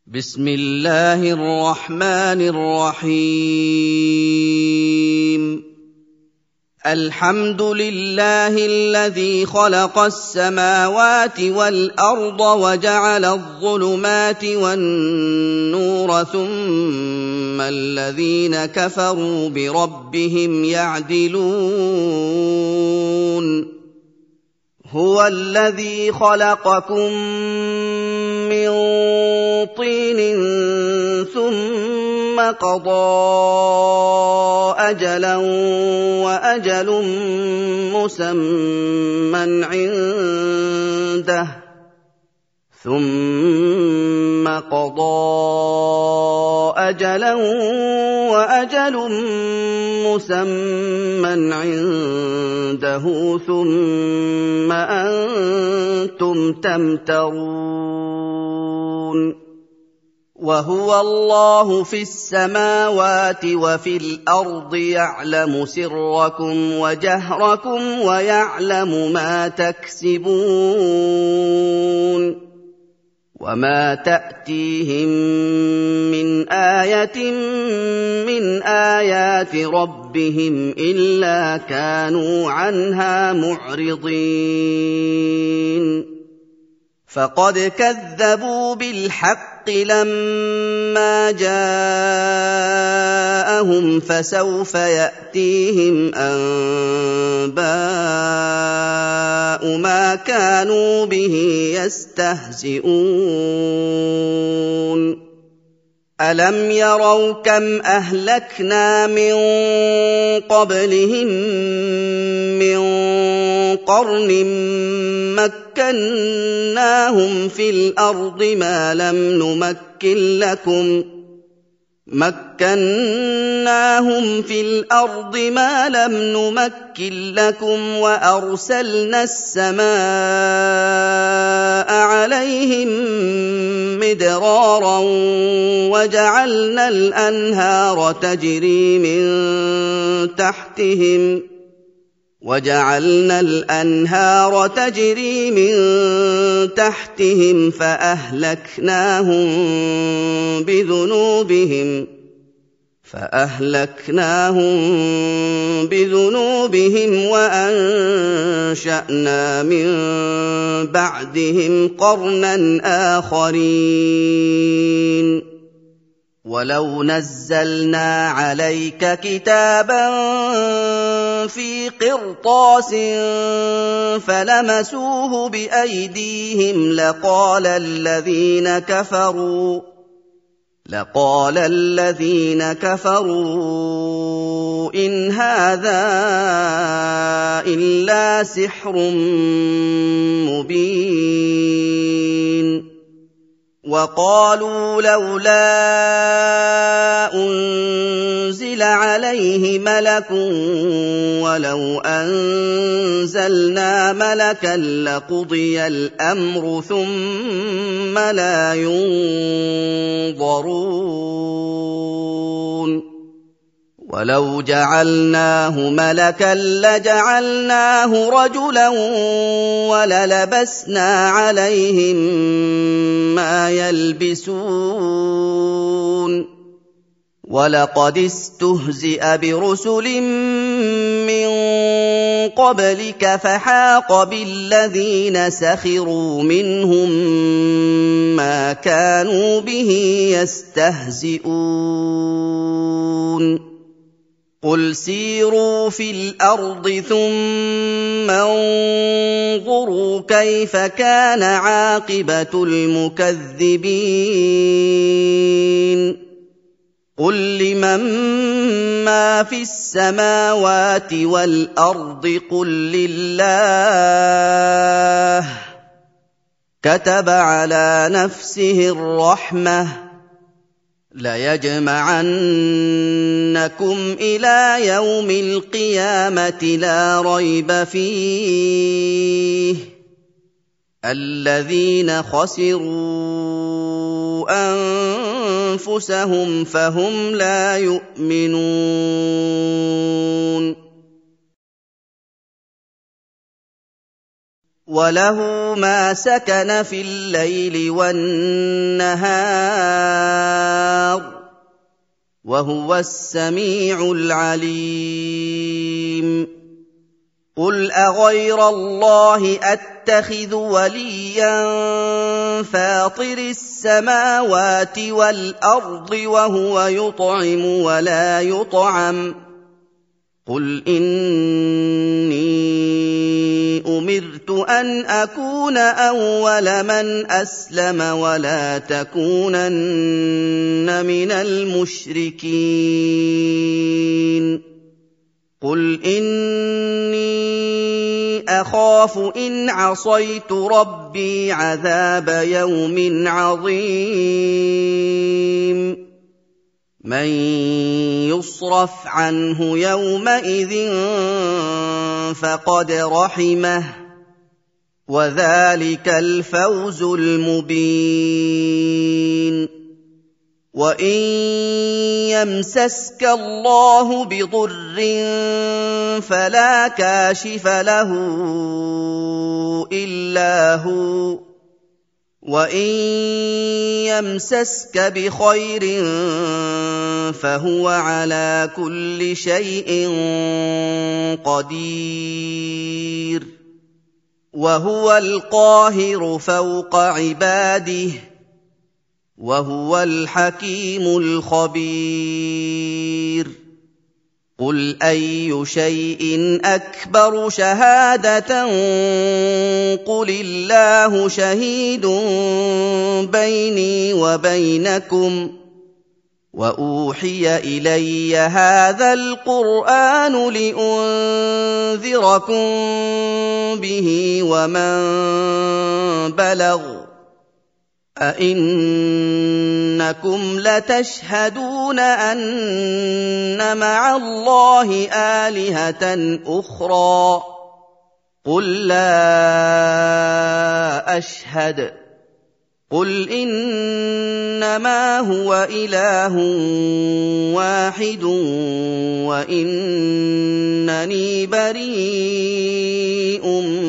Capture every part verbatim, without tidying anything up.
بسم الله الرحمن الرحيم الحمد لله الذي خلق السماوات والأرض وجعل الظلمات والنور ثم الذين كفروا بربهم يعدلون هو الذي خلقكم من طين ثم قضى أجلا وأجل مسمى عنده ثم قضى أجلا وأجل مسمى عنده ثم أنتم تمترون وهو الله في السماوات وفي الأرض يعلم سركم وجهركم ويعلم ما تكسبون وما تأتيهم من آية من آيات ربهم إلا كانوا عنها معرضين فقد كذبوا بالحق لما جاءهم فسوف يأتيهم أنباء ما كانوا به يستهزئون ألم يروا كم أهلكنا من قبلهم من قرن مكناهم في الأرض ما لم نمكن لكم مكناهم في الأرض ما لم نمكن لكم وأرسلنا السماء عليهم مدرارا وجعلنا الأنهار تجري من تحتهم وجعلنا الأنهار تجري من تحتهم فأهلكناهم بذنوبهم فأهلكناهم بذنوبهم وأنشأنا من بعدهم قرنا آخرين ولو نزلنا عليك كتابا في قرطاس فلمسوه بأيديهم لقال الذين كفروا لقال الذين كفروا إن هذا إلا سحر مبين وقالوا لولا أنزل عليه ملك ولو أنزلنا ملكا لقضي الأمر ثم لا ينظرون ولو جعلناه ملكا لجعلناه رجلا وللبسنا عليهم ما يلبسون ولقد استهزئ برسل من قبلك فحاق بالذين سخروا منهم ما كانوا به يستهزئون قل سيروا في الأرض ثم انظروا كيف كان عاقبة المكذبين قل لمن ما في السماوات والأرض قل لله كتب على نفسه الرحمة ليجمعنكم إلى يوم القيامة لا ريب فيه الذين خسروا أنفسهم فهم لا يؤمنون وَلَهُ مَا سَكَنَ فِي اللَّيْلِ وَالنَّهَارِ ۚ وَهُوَ السَّمِيعُ الْعَلِيمُ قُلْ أَغَيْرَ اللَّهِ أَتَّخِذُ وَلِيًّا فَاطِرِ السَّمَاوَاتِ وَالْأَرْضِ وَهُوَ يُطْعِمُ وَلَا يُطْعَمُ ۗ قُلْ إِنِّي أُمِرْتُ أَنْ أَكُونَ أَوَّلَ مَنْ أَسْلَمَ وَلَا تَكُونَنَّ مِنَ الْمُشْرِكِينَ قُلْ إِنِّي أَخَافُ إِنْ عَصَيْتُ رَبِّي عَذَابَ يَوْمٍ عَظِيمٍ مَّن يُصْرَفْ عَنْهُ يَوْمَئِذٍ فَقَدْ رَحِمَهُ ۚ وَذَٰلِكَ الْفَوْزُ الْمُبِينُ وَإِن يَمْسَسْكَ اللَّهُ بِضُرٍّ فَلَا كَاشِفَ لَهُ إِلَّا هُوَ ۖ وَإِن يَمْسَسْكَ بِخَيْرٍ فَهُوَ عَلَىٰ كُلِّ شَيْءٍ قَدِيرٌ وَهُوَ الْقَاهِرُ فَوْقَ عِبَادِهِ وَهُوَ الْحَكِيمُ الْخَبِيرُ قُلْ أَيُّ شَيْءٍ أَكْبَرُ شَهَادَةً قُلِ اللَّهُ شَهِيدٌ بَيْنِي وَبَيْنَكُمْ ۚ وَأُوحِيَ إِلَيَّ هَٰذَا الْقُرْآنُ لِأُنذِرَكُم بِهِ وَمَن بَلَغَ ۚ أَئِنَّكُمْ لَتَشْهَدُونَ أَنَّ مَعَ اللَّهِ آلِهَةً أُخْرَىٰ ۚ قُل لَّا أَشْهَدُ ۚ قُلْ إِنَّمَا هُوَ إِلَٰهٌ وَاحِدٌ وَإِنَّنِي بَرِيءٌ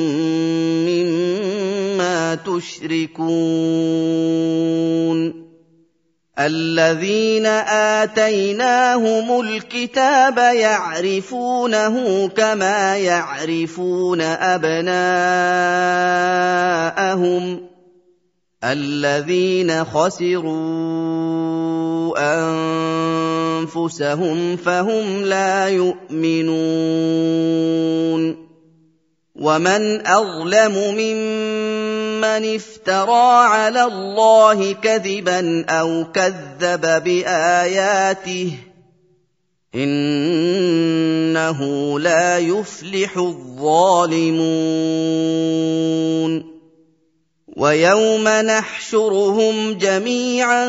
مِّمَّا تُشْرِكُونَ الَّذِينَ آتَيْنَاهُمُ الْكِتَابَ يَعْرِفُونَهُ كَمَا يَعْرِفُونَ أَبْنَاءَهُمُ ۘ الَّذِينَ خَسِرُوا أَنفُسَهُمْ فَهُمْ لَا يُؤْمِنُونَ وَمَنْ أَظْلَمُ مِمَّنِ افْتَرَىٰ عَلَى اللَّهِ كَذِبًا أَوْ كَذَّبَ بِآيَاتِهِ ۚ إِنَّهُ لَا يُفْلِحُ الظَّالِمُونَ وَيَوْمَ نَحْشُرُهُمْ جَمِيعًا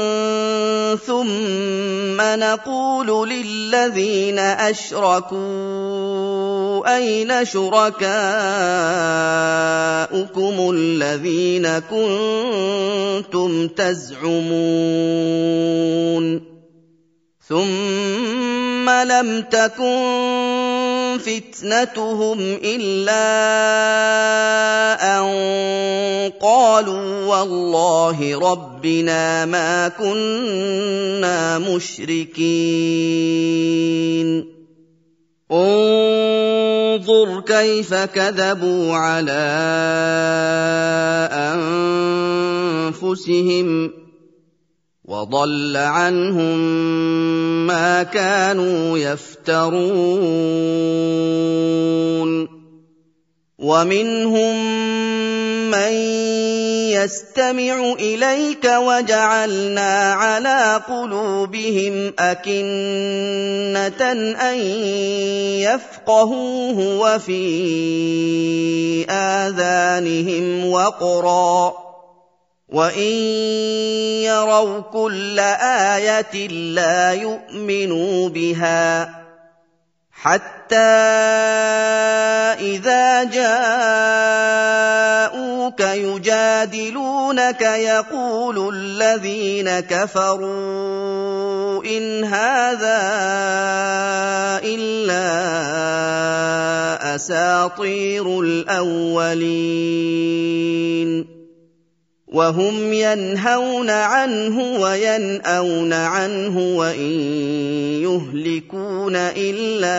ثُمَّ نَقُولُ لِلَّذِينَ أَشْرَكُوا أَيْنَ شُرَكَاؤُكُمُ الَّذِينَ كُنتُمْ تَزْعُمُونَ ثُمَّ لَمْ تَكُن فِتْنَتُهُمْ إِلَّا أَن قَالُوا وَاللَّهِ رَبِّنَا مَا كُنَّا مُشْرِكِينَ انظُرْ كَيْفَ كَذَبُوا عَلَىٰ أَنفُسِهِمْ ۖ وَضَلَّ عَنْهُم مَّا كَانُوا يَفْتَرُونَ وَمِنْهُم مَّن يَسْتَمِعُ إِلَيْكَ وَجَعَلْنَا عَلَىٰ قُلُوبِهِمْ أَكِنَّةً أَن يَفْقَهُوهُ وَفِي آذَانِهِمْ وَقْرًا ۚ وَإِن يَرَوْا كُلَّ آيَةٍ لَّا يُؤْمِنُوا بِهَا ۚ حَتَّىٰ إِذَا جَاءُوكَ يُجَادِلُونَكَ يَقُولُ الَّذِينَ كَفَرُوا إِنْ هَٰذَا إِلَّا أَسَاطِيرُ الْأَوَّلِينَ وَهُمْ يَنْهَوْنَ عَنْهُ وَيَنْأَوْنَ عَنْهُ وَإِن يُهْلِكُونَ إِلَّا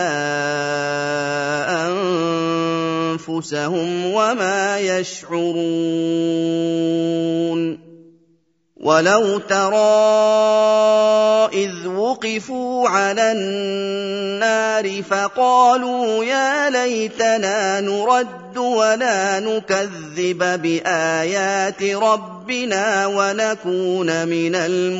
أَنفُسَهُمْ وَمَا يَشْعُرُونَ وَلَوْ تَرَىٰ إِذْ وُقِفُوا عَلَى النَّارِ فَقَالُوا يَا لَيْتَنَا نُرَدُّ وَلَا نُكَذِّبَ بِآيَاتِ رَبِّنَا وَنَكُونَ مِنَ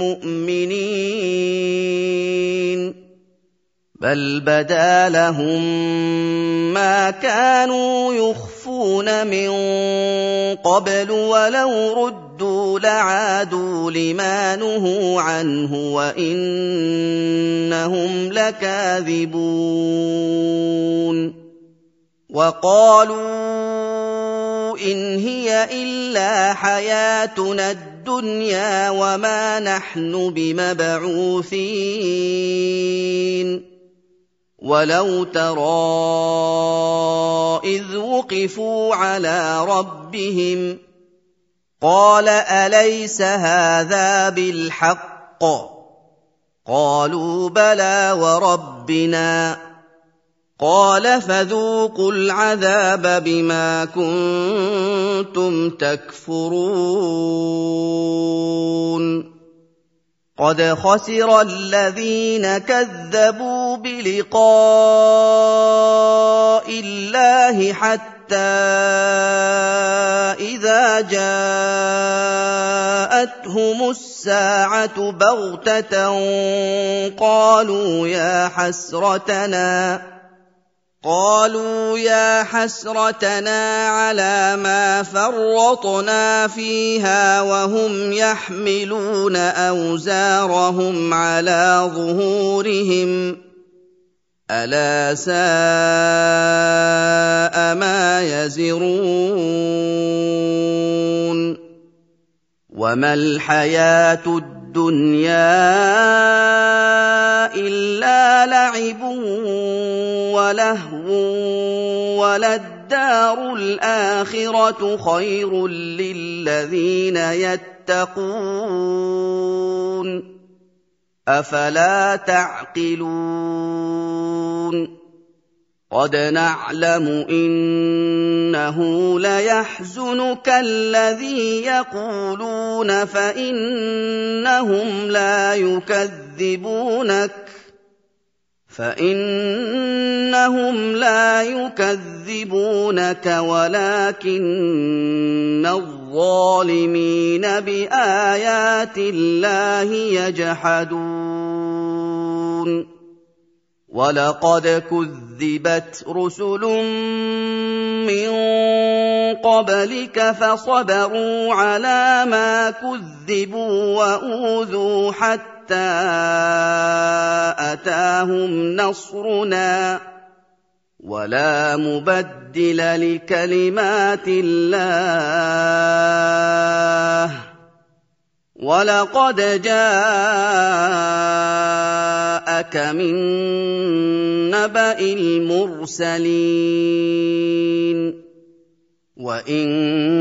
الْمُؤْمِنِينَ بَلْ بَدَا لَهُم مَّا كَانُوا يُخْفُونَ مِن قَبْلُ وَلَوْ رُدُّوا لَعَادُوا لِمَا نُهُوا عَنْهُ وَإِنَّهُمْ لَكَاذِبُونَ وَقَالُوا إِنْ هِيَ إِلَّا حَيَاتُنَا الدُّنْيَا وَمَا نَحْنُ بِمَبْعُوثِينَ وَلَوْ تَرَىٰ إِذْ وُقِفُوا عَلَىٰ رَبِّهِمْ قَالَ أَلَيْسَ هَٰذَا بِالْحَقِّ قَالُوا بَلَىٰ وَرَبِّنَا قَالَ فَذُوقُوا الْعَذَابَ بِمَا كُنتُمْ تَكْفُرُونَ قَدْ خَسِرَ الَّذِينَ كَذَّبُوا بِلِقَاءِ اللَّهِ حَتَّىٰ إِذَا جَاءَتْهُمُ السَّاعَةُ بَغْتَةً قَالُوا يَا حَسْرَتَنَا قالوا يا حسرتنا على ما فرطنا فيها وهم يحملون أوزارهم على ظهورهم ألا ساء ما يزرون وما الحياة الدنيا إلا لعب ولهو وللدار الآخرة خير للذين يتقون أفلا تعقلون قد نعلم إنه ليحزنك الذي يقولون فإنهم لا يكذبونك فإنهم لا يكذبونك ولكن الظالمين بآيات الله يجحدون وَلَقَدْ كُذِّبَتْ رُسُلٌ مِّن قَبْلِكَ فَصَبَرُوا عَلَىٰ مَا كُذِّبُوا وَأُوذُوا حَتَّىٰ أَتَاهُمْ نَصْرُنَا وَلَا مُبَدِّلَ لِكَلِمَاتِ اللَّهِ وَلَقَدْ جَاءَكَ مِن نَّبَإِ الْمُرْسَلِينَ وَإِن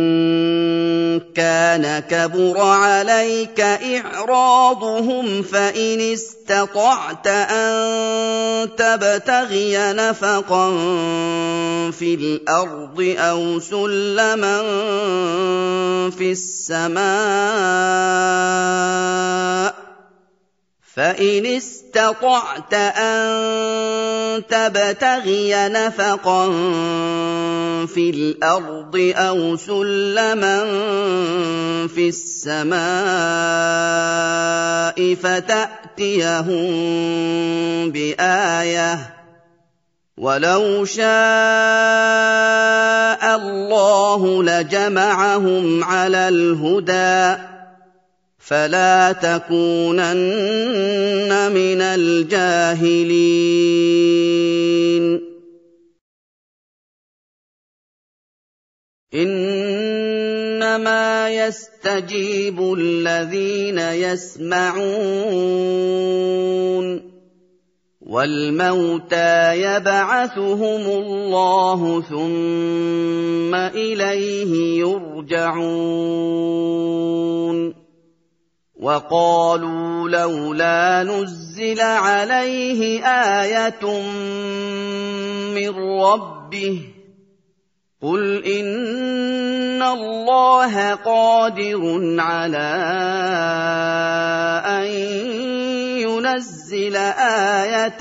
كَانَ كَبُرَ عَلَيْكَ إِعْرَاضُهُمْ فَإِنِ اسْتَطَعْتَ أَن تَبْتَغِيَ نَفَقًا فِي الْأَرْضِ أَوْ سُلَّمًا فِي السَّمَاءِ فَإِنِ اسْتَطَعْتَ أَن تَبْتَغِيَ نَفَقًا فِي الْأَرْضِ أَوْ سُلَّمًا فِي السَّمَاءِ فَتَأْتِيَهُم بِآيَةٍ وَلَوْ شَاءَ اللَّهُ لَجَمَعَهُمْ عَلَى الْهُدَىٰ فَلَا تَكُونَنَّ مِنَ الْجَاهِلِينَ إِنَّمَا إِنَّمَا يَسْتَجِيبُ الَّذِينَ يَسْمَعُونَ وَالْمَوْتَىٰ يَبْعَثُهُمُ اللَّهُ ثُمَّ إِلَيْهِ يُرْجَعُونَ وَقَالُوا لَوْلَا نُزِّلَ عَلَيْهِ آيَةٌ مِّن رَّبِّهِ قُلْ إِنَّ اللَّهَ قَادِرٌ عَلَىٰ أَن يُنَزِّلَ آيَةً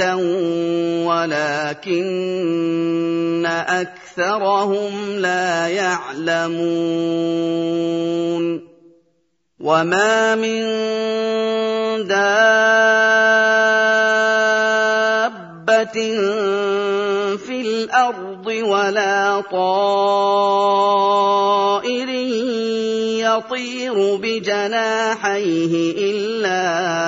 وَلَٰكِنَّ أَكْثَرَهُمْ لَا يَعْلَمُونَ وَمَا مِن دَابَّةٍ فِي الْأَرْضِ وَلَا طَائِرٍ يَطِيرُ بِجَنَاحَيْهِ إِلَّا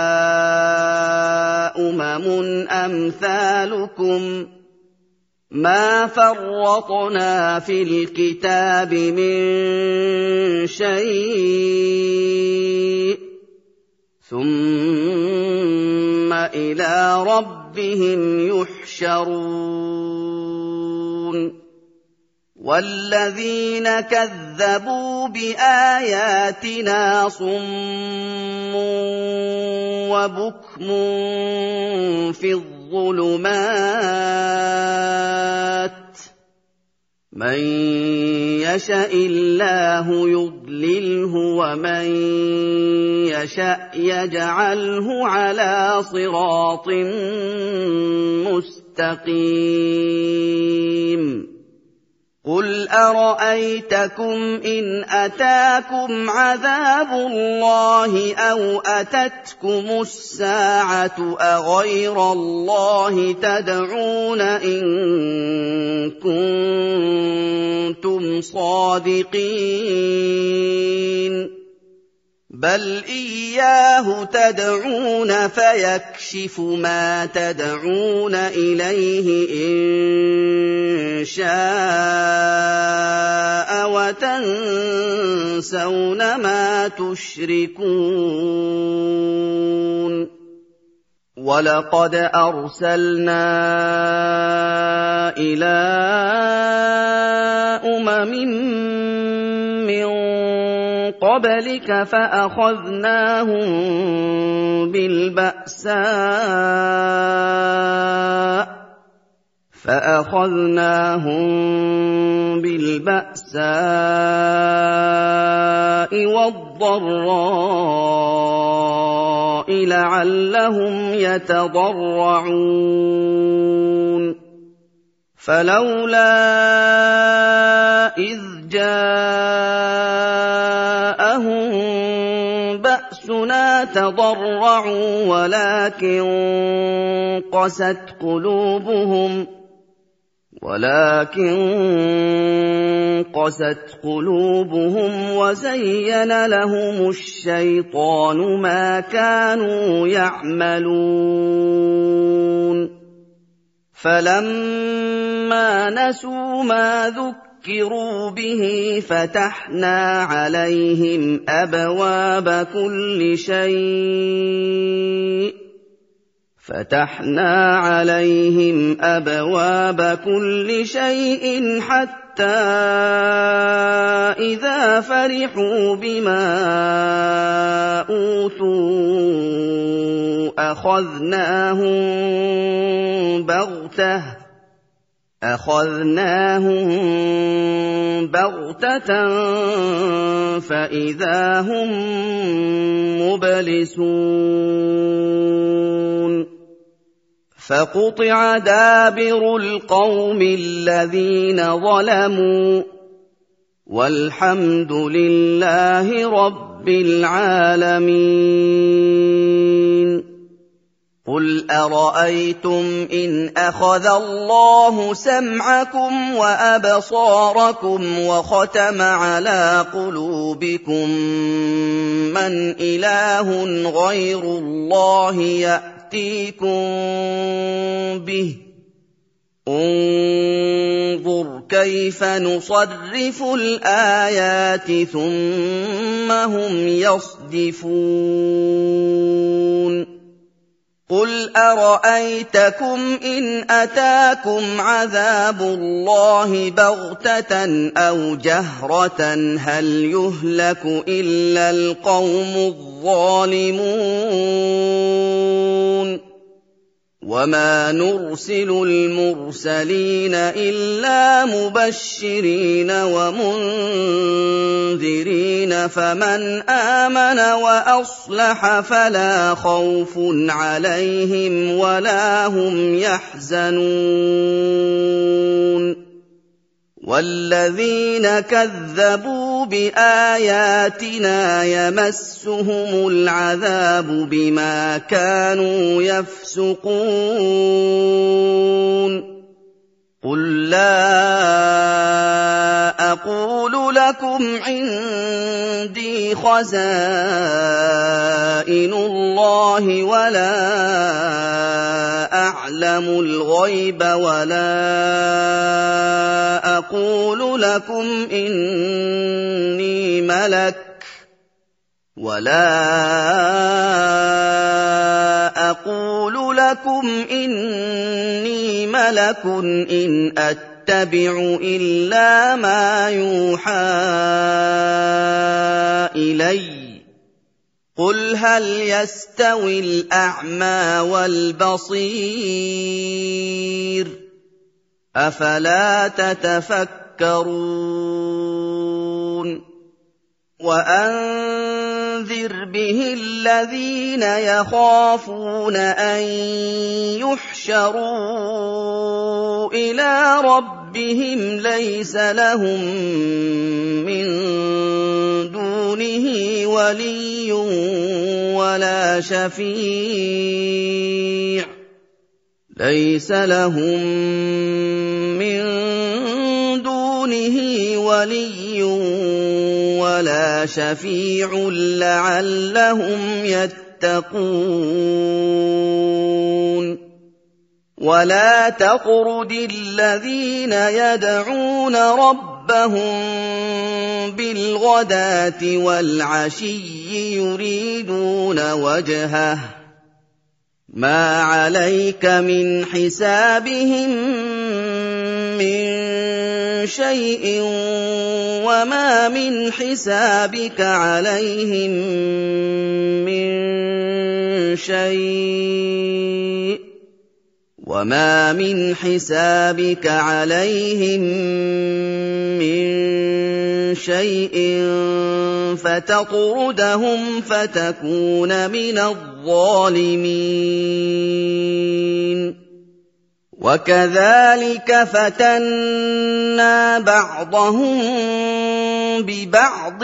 أُمَمٌ أَمْثَالُكُم ۚ مَا فَرَّطْنَا فِي الْكِتَابِ مِن شَيْءٍ ۚ ثُمَّ إِلَىٰ رَبِّهِمْ يُحْشَرُونَ وَالَّذِينَ كَذَّبُوا بِآيَاتِنَا صُمٌّ وَبُكْمٌ فِي الظُّلُمَاتِ ۗ مَن يَشَإِ اللَّهُ يُضْلِلْهُ وَمَن يَشَأْ يَجْعَلْهُ عَلَىٰ صِرَاطٍ مُّسْتَقِيمٍ قُلْ أَرَأَيْتَكُمْ إِنْ أَتَاكُمْ عَذَابُ اللَّهِ أَوْ أَتَتْكُمُ السَّاعَةُ أَغَيْرَ اللَّهِ تَدْعُونَ إِن كُنتُمْ صَادِقِينَ بَلْ إِيَّاهُ تَدْعُونَ فَيَكْشِفُ مَا تَدْعُونَ إِلَيْهِ إِن شَاءَ وَتَنسَوْنَ مَا تُشْرِكُونَ وَلَقَدْ أَرْسَلْنَا إِلَىٰ أُمَمٍ مِّن قَبْلِكَ فَأَخَذْنَاهُم بِالْبَأْسَاءِ فَأَخَذْنَاهُم بِالْبَأْسَاءِ وَالضَّرَّاءِ لَعَلَّهُمْ يَتَضَرَّعُونَ فَلَوْلَا إِذْ جَاءَهُم بَأْسُنَا تَضَرَّعُوا وَلَٰكِن قَسَتْ قُلُوبُهُمْ ولكن قست قلوبهم وزين لهم الشيطان ما كانوا يعملون فلما نسوا ما ذكروا به فتحنا عليهم أبواب كل شيء فتحنا عليهم أبواب كل شيء حتى إذا فرحوا بما أوتوا أخذناهم بغتة أخذناهم بغتة فإذا هم مبلسون فقطع دابر القوم الذين ظلموا والحمد لله رب العالمين قل أرأيتم إن أخذ الله سمعكم وأبصاركم وختم على قلوبكم من إله غير الله يأتيكم به انظُرْ كَيْفَ نُصَرِّفُ الْآيَاتِ ثُمَّ هُمْ يَصْدِفُونَ قُلْ أَرَأَيْتَكُمْ إِنْ أَتَاكُمْ عَذَابُ اللَّهِ بَغْتَةً أَوْ جَهْرَةً هَلْ يُهْلَكُ إِلَّا الْقَوْمُ الظَّالِمُونَ وَمَا نُرْسِلُ الْمُرْسَلِينَ إِلَّا مُبَشِّرِينَ وَمُنذِرِينَ فَمَنْ آمَنَ وَأَصْلَحَ فَلَا خَوْفٌ عَلَيْهِمْ وَلَا هُمْ يَحْزَنُونَ وَالَّذِينَ كَذَّبُوا بِآيَاتِنَا يَمَسُّهُمُ الْعَذَابُ بِمَا كَانُوا يَفْسُقُونَ قُل لَّا أَقُولُ لَكُمْ عِندِي خَزَائِنُ اللَّهِ وَلَا أَعْلَمُ الْغَيْبَ وَلَا أَقُولُ لَكُمْ إِنِّي مَلَكٌ وَلَا أَقُولُ لَكُمْ إِنِّي مَلَكٌ إِنْ أَتَّبِعُ إِلَّا مَا يُوحَىٰ إِلَيَّ قُلْ هَلْ يَسْتَوِي الْأَعْمَىٰ وَالْبَصِيرُ أَفَلَا تَتَفَكَّرُونَ وَأَنذِرْ بِهِ الَّذِينَ يَخَافُونَ أَن يُحْشَرُوا إِلَىٰ رَبِّهِمْ لَيْسَ لَهُم مِّن دُونِهِ وَلِيٌّ وَلَا شَفِيعٌ لَيْسَ لَهُم مِّن دُونِهِ وَلِيٌّ وَلَا شَفِيعٌ لَّعَلَّهُمْ يَتَّقُونَ وَلَا تَطْرُدِ الَّذِينَ يَدْعُونَ رَبَّهُم بِالْغَدَاةِ وَالْعَشِيِّ يُرِيدُونَ وَجْهَهُ مَا عَلَيْكَ مِنْ حِسَابِهِم مِّن شَيْءٍ وَمَا مِنْ حِسَابِكَ عَلَيْهِم مِّن شَيْءٍ وَمَا مِنْ حِسَابِكَ عَلَيْهِم مِّن شَيْءٍ فَتَطْرُدَهُمْ فَتَكُونَ مِنَ الظَّالِمِينَ وَكَذَٰلِكَ فَتَنَّا بَعْضَهُم بِبَعْضٍ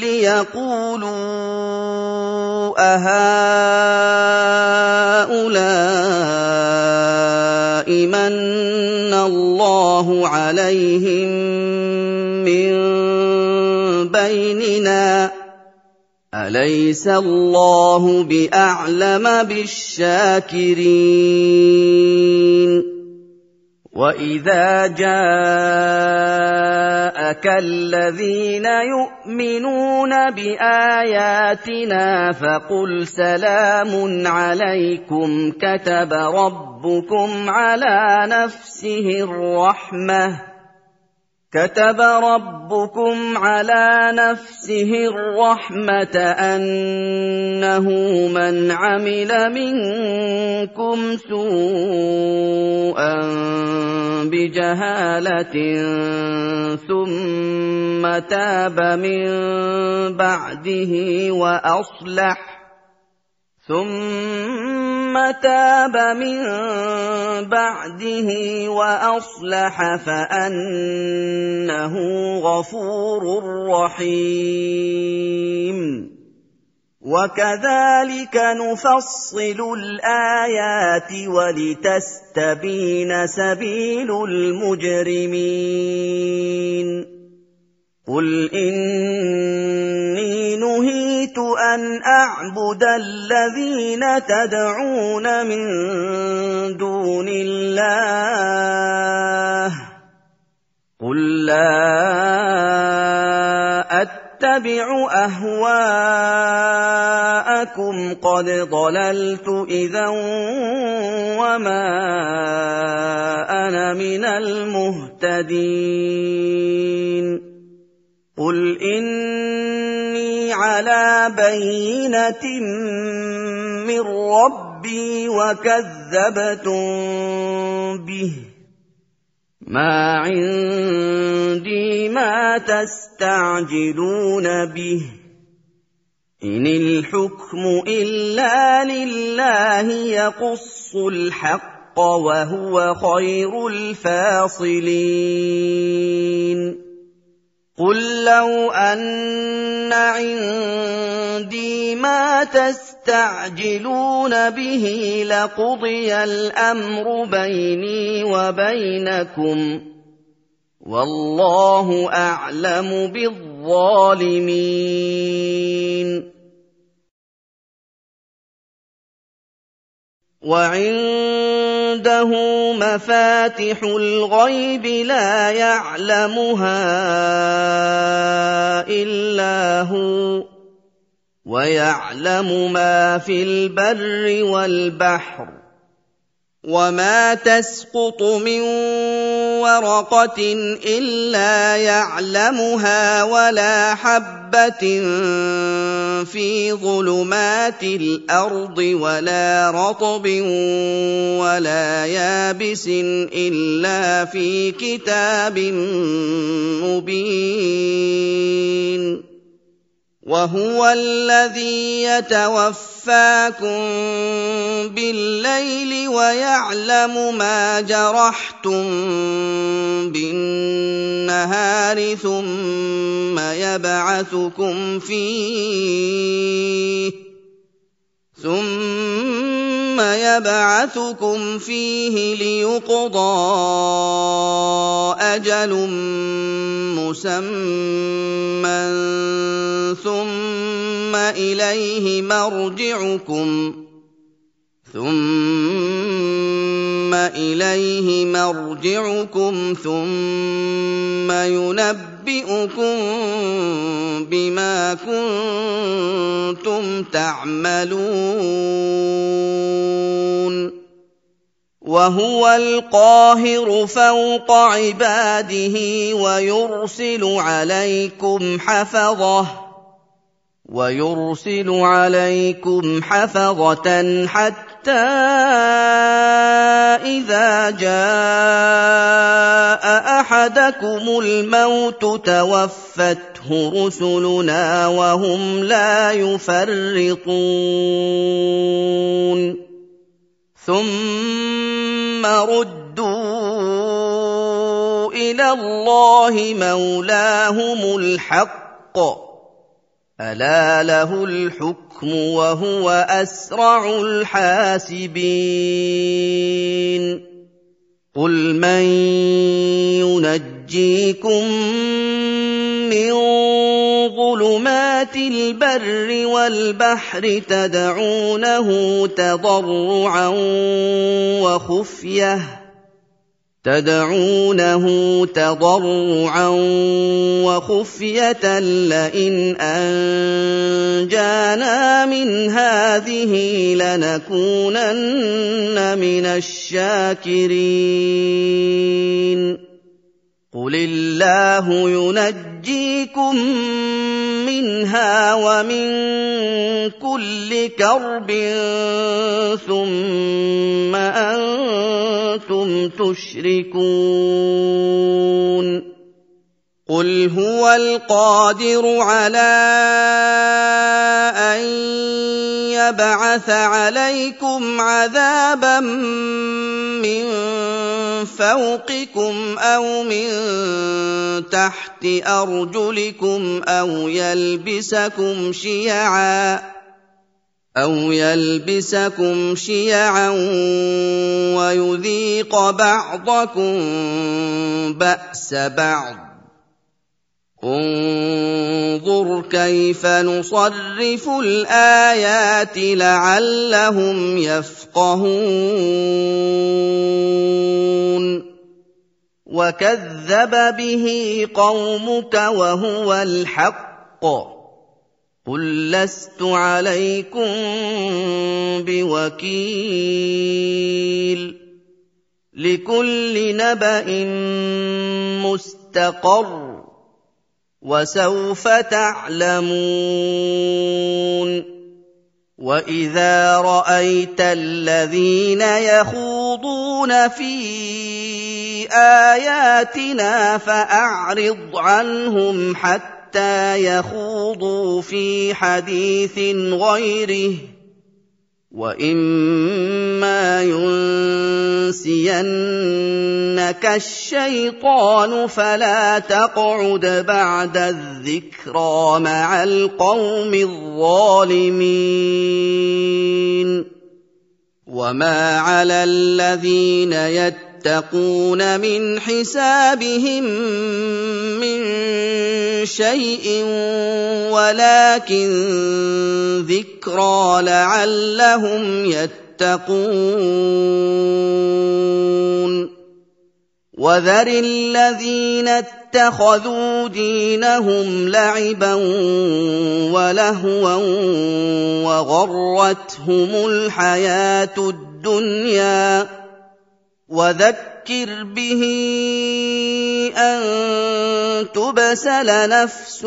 لِّيَقُولُوا أَهَٰؤُلَاءِ مَنَّ اللَّهُ عَلَيْهِم مِّن بَيْنِنَا أَلَيْسَ اللَّهُ بِأَعْلَمَ بِالشَّاكِرِينَ وَإِذَا جَاءَكَ الَّذِينَ يُؤْمِنُونَ بِآيَاتِنَا فَقُلْ سَلَامٌ عَلَيْكُمْ كَتَبَ رَبُّكُمْ عَلَىٰ نَفْسِهِ الرَّحْمَةَ كتب ربكم على نفسه الرحمة أنه من عمل منكم سوءا بجهالة ثم تاب من بعده وأصلح ثم تاب من بعده وأصلح فأنه غفور رحيم وكذلك نفصل الآيات ولتستبين سبيل المجرمين قُلْ إِنِّي نُهِيتُ أَنْ أَعْبُدَ الَّذِينَ تَدْعُونَ مِن دُونِ اللَّهِ قُل لَّا أَتَّبِعُ أَهْوَاءَكُمْ قَدْ ضَلَلْتُ إِذًا وَمَا أَنَا مِنَ الْمُهْتَدِينَ قُلْ إِنِّي عَلَىٰ بَيِّنَةٍ مِّن رَّبِّي وَكَذَّبْتُم بِهِ ۚ مَا عِندِي مَا تَسْتَعْجِلُونَ بِهِ ۚ إِنِ الْحُكْمُ إِلَّا لِلَّهِ يَقُصُّ الْحَقَّ ۖ وَهُوَ خَيْرُ الْفَاصِلِينَ قُل لَّوْ أَنَّ عِندِي مَا تَسْتَعْجِلُونَ بِهِ لَقُضِيَ الْأَمْرُ بَيْنِي وَبَيْنَكُمْ ۗ وَاللَّهُ أَعْلَمُ بِالظَّالِمِينَ وَعِندَهُ مَفَاتِحُ الْغَيْبِ لَا يَعْلَمُهَا إِلَّا هُوَ ۚ وَيَعْلَمُ مَا فِي الْبَرِّ وَالْبَحْرِ ۚ وَمَا تَسْقُطُ مِن وَرَقَةٍ إِلَّا يَعْلَمُهَا وَلَا حَبَّةٍ فِي ظُلُمَاتِ الْأَرْضِ وَلَا رَطْبٍ وَلَا يَابِسٍ إِلَّا فِي كِتَابٍ مُّبِينٍ وَهُوَ الَّذِي يَتَوَفَّاكُم بِاللَّيْلِ وَيَعْلَمُ مَا جَرَحْتُم بِالنَّهَارِ ثُمَّ يَبْعَثُكُمْ فِيهِ ثُمَّ يَبْعَثُكُمْ فِيهِ لِيُقْضَىٰ أَجَلٌ مُّسَمًّى ثُمَّ إِلَيْهِ مَرْجِعُكُمْ ثُمَّ إِلَيْهِ مَرْجِعُكُمْ ثُمَّ يُنَبِّئُكُم بِمَا كُنتُمْ تَعْمَلُونَ وَهُوَ الْقَاهِرُ فَوْقَ عِبَادِهِ وَيُرْسِلُ عَلَيْكُمْ حَفَظَةً وَيُرْسِلُ عَلَيْكُمْ حَفَظَةً حَتَّىٰ إِذَا جَاءَ أَحَدَكُمُ الْمَوْتُ تَوَفَّتْهُ رُسُلُنَا وَهُمْ لَا يُفَرِّطُونَ ثُمَّ رُدُّوا إِلَى اللَّهِ مَوْلَاهُمُ الْحَقِّ ۚ أَلَا لَهُ الْحُكْمُ وَهُوَ أَسْرَعُ الْحَاسِبِينَ قُلْ مَن يُنَجِّيكُم مِّن ظُلُمَاتِ الْبَرِّ وَالْبَحْرِ تَدْعُونَهُ تَضَرُّعًا وَخُفْيَةً تدعونه تضرعا وخفية لئن أنجانا من هذه لنكونن من الشاكرين قل الله ينجيكم منها ومن كل كرب ثم أنتم تشركون قل هو القادر على أن يبعث عليكم عذابا من فوقكم أو من تحت أرجلكم أو يلبسكم شيعا أو يلبسكم شيعا ويذيق بعضكم بأس بعض انظُرْ كَيْفَ نُصَرِّفُ الْآيَاتِ لَعَلَّهُمْ يَفْقَهُونَ وَكَذَّبَ بِهِ قَوْمُكَ وَهُوَ الْحَقُّ قُل لَّسْتُ عَلَيْكُم بِوَكِيلٍ لِّكُلِّ نَبَإٍ مُّسْتَقَرٌّ وَسَوْفَ تَعْلَمُونَ وَإِذَا رَأَيْتَ الَّذِينَ يَخُوضُونَ فِي آيَاتِنَا فَأَعْرِضْ عَنْهُمْ حَتَّىٰ يَخُوضُوا فِي حَدِيثٍ غَيْرِهِ وَإِمَّا يُنسِيَنَّكَ الشَّيْطَانُ فَلَا تَقْعُدْ بَعْدَ الذِّكْرَىٰ مَعَ الْقَوْمِ الظَّالِمِينَ وَمَا عَلَى الَّذِينَ يَتَّقُونَ مِنْ حِسَابِهِم مِّن شَيْءٍ وَلَٰكِن ذِكْرَىٰ لَعَلَّهُمْ يَتَّقُونَ وَذَرِ الَّذِينَ اتَّخَذُوا دِينَهُمْ لَعِبًا وَلَهْوًا وَغَرَّتْهُمُ الْحَيَاةُ الدُّنْيَا وَذَكِّرْ بِهِ أَن تُبْسَلَ نَفْسٌ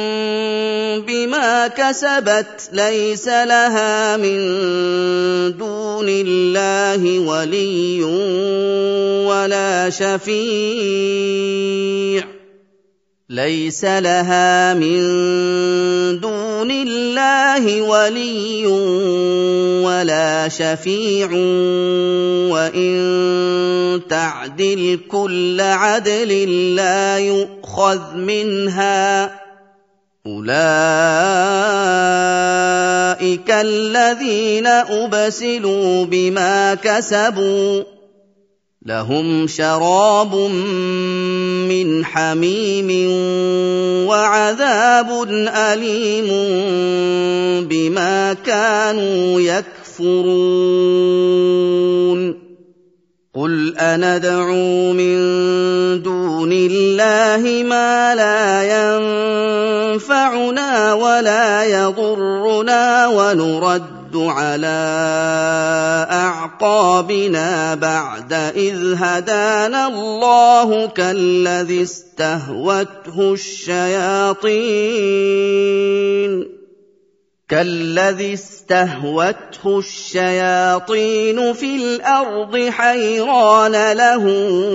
بِمَا كَسَبَتْ لَيْسَ لَهَا مِن دُونِ اللَّهِ وَلِيٌّ وَلَا شَفِيعٌ لَيْسَ لَهَا مِن دُونِ اللَّهِ وَلِيٌّ وَلَا شَفِيعٌ وَإِن تَعْدِلْ كُلَّ عَدْلٍ لَّا يُؤْخَذْ مِنْهَا ۗ أُولَٰئِكَ الَّذِينَ أُبْسِلُوا بِمَا كَسَبُوا لَهُمْ شَرَابٌ مِّنْ حَمِيمٍ وَعَذَابٌ أَلِيمٌ بِمَا كَانُوا يَكْفُرُونَ قُلْ أَنَدْعُو مِن دُونِ اللَّهِ مَا لَا يَنفَعُنَا وَلَا يَضُرُّنَا وَنُرَدُّ عَلَىٰ أَعْقَابِنَا بَعْدَ إِذْ هَدَانَا اللَّهُ كَالَّذِي اسْتَهْوَتْهُ الشَّيَاطِينُ كالذي استهوته الشياطين في الأرض حيران له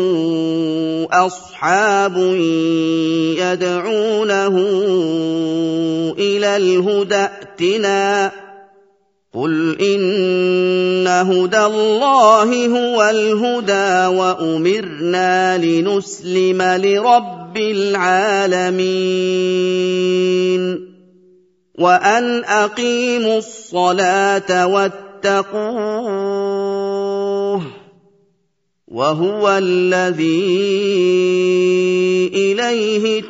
أصحاب يدعونه إلى الهدى ائتنا قل إن هدى الله هو الهدى وأمرنا لنسلم لرب العالمين وأن أقيموا الصلاة واتقوه وهو الذي إليه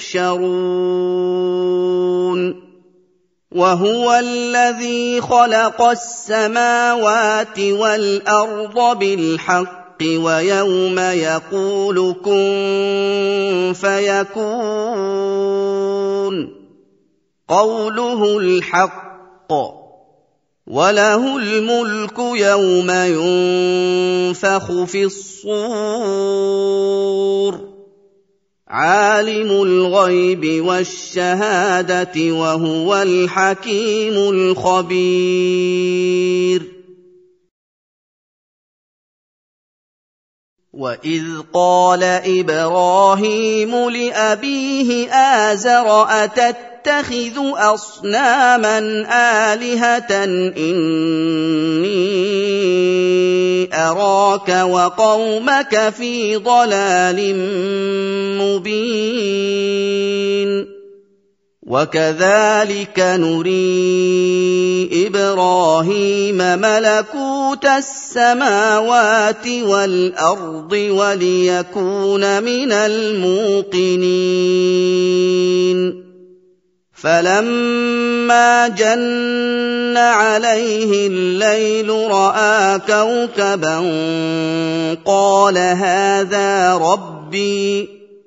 تحشرون وهو الذي خلق السماوات والأرض بالحق ويوم يقول كن فيكون قوله الحق وله الملك يوم ينفخ في الصور عالم الغيب والشهادة وهو الحكيم الخبير وإذ قال إبراهيم لأبيه آزر أتتخذ أصناما آلهة إني أراك وقومك في ضلال مبين وَكَذَٰلِكَ نُرِي إِبْرَاهِيمَ مَلَكُوتَ السَّمَاوَاتِ وَالْأَرْضِ وَلِيَكُونَ مِنَ الْمُوقِنِينَ فَلَمَّا جَنَّ عَلَيْهِ اللَّيْلُ رَأَىٰ كَوْكَبًا قَالَ هَٰذَا رَبِّي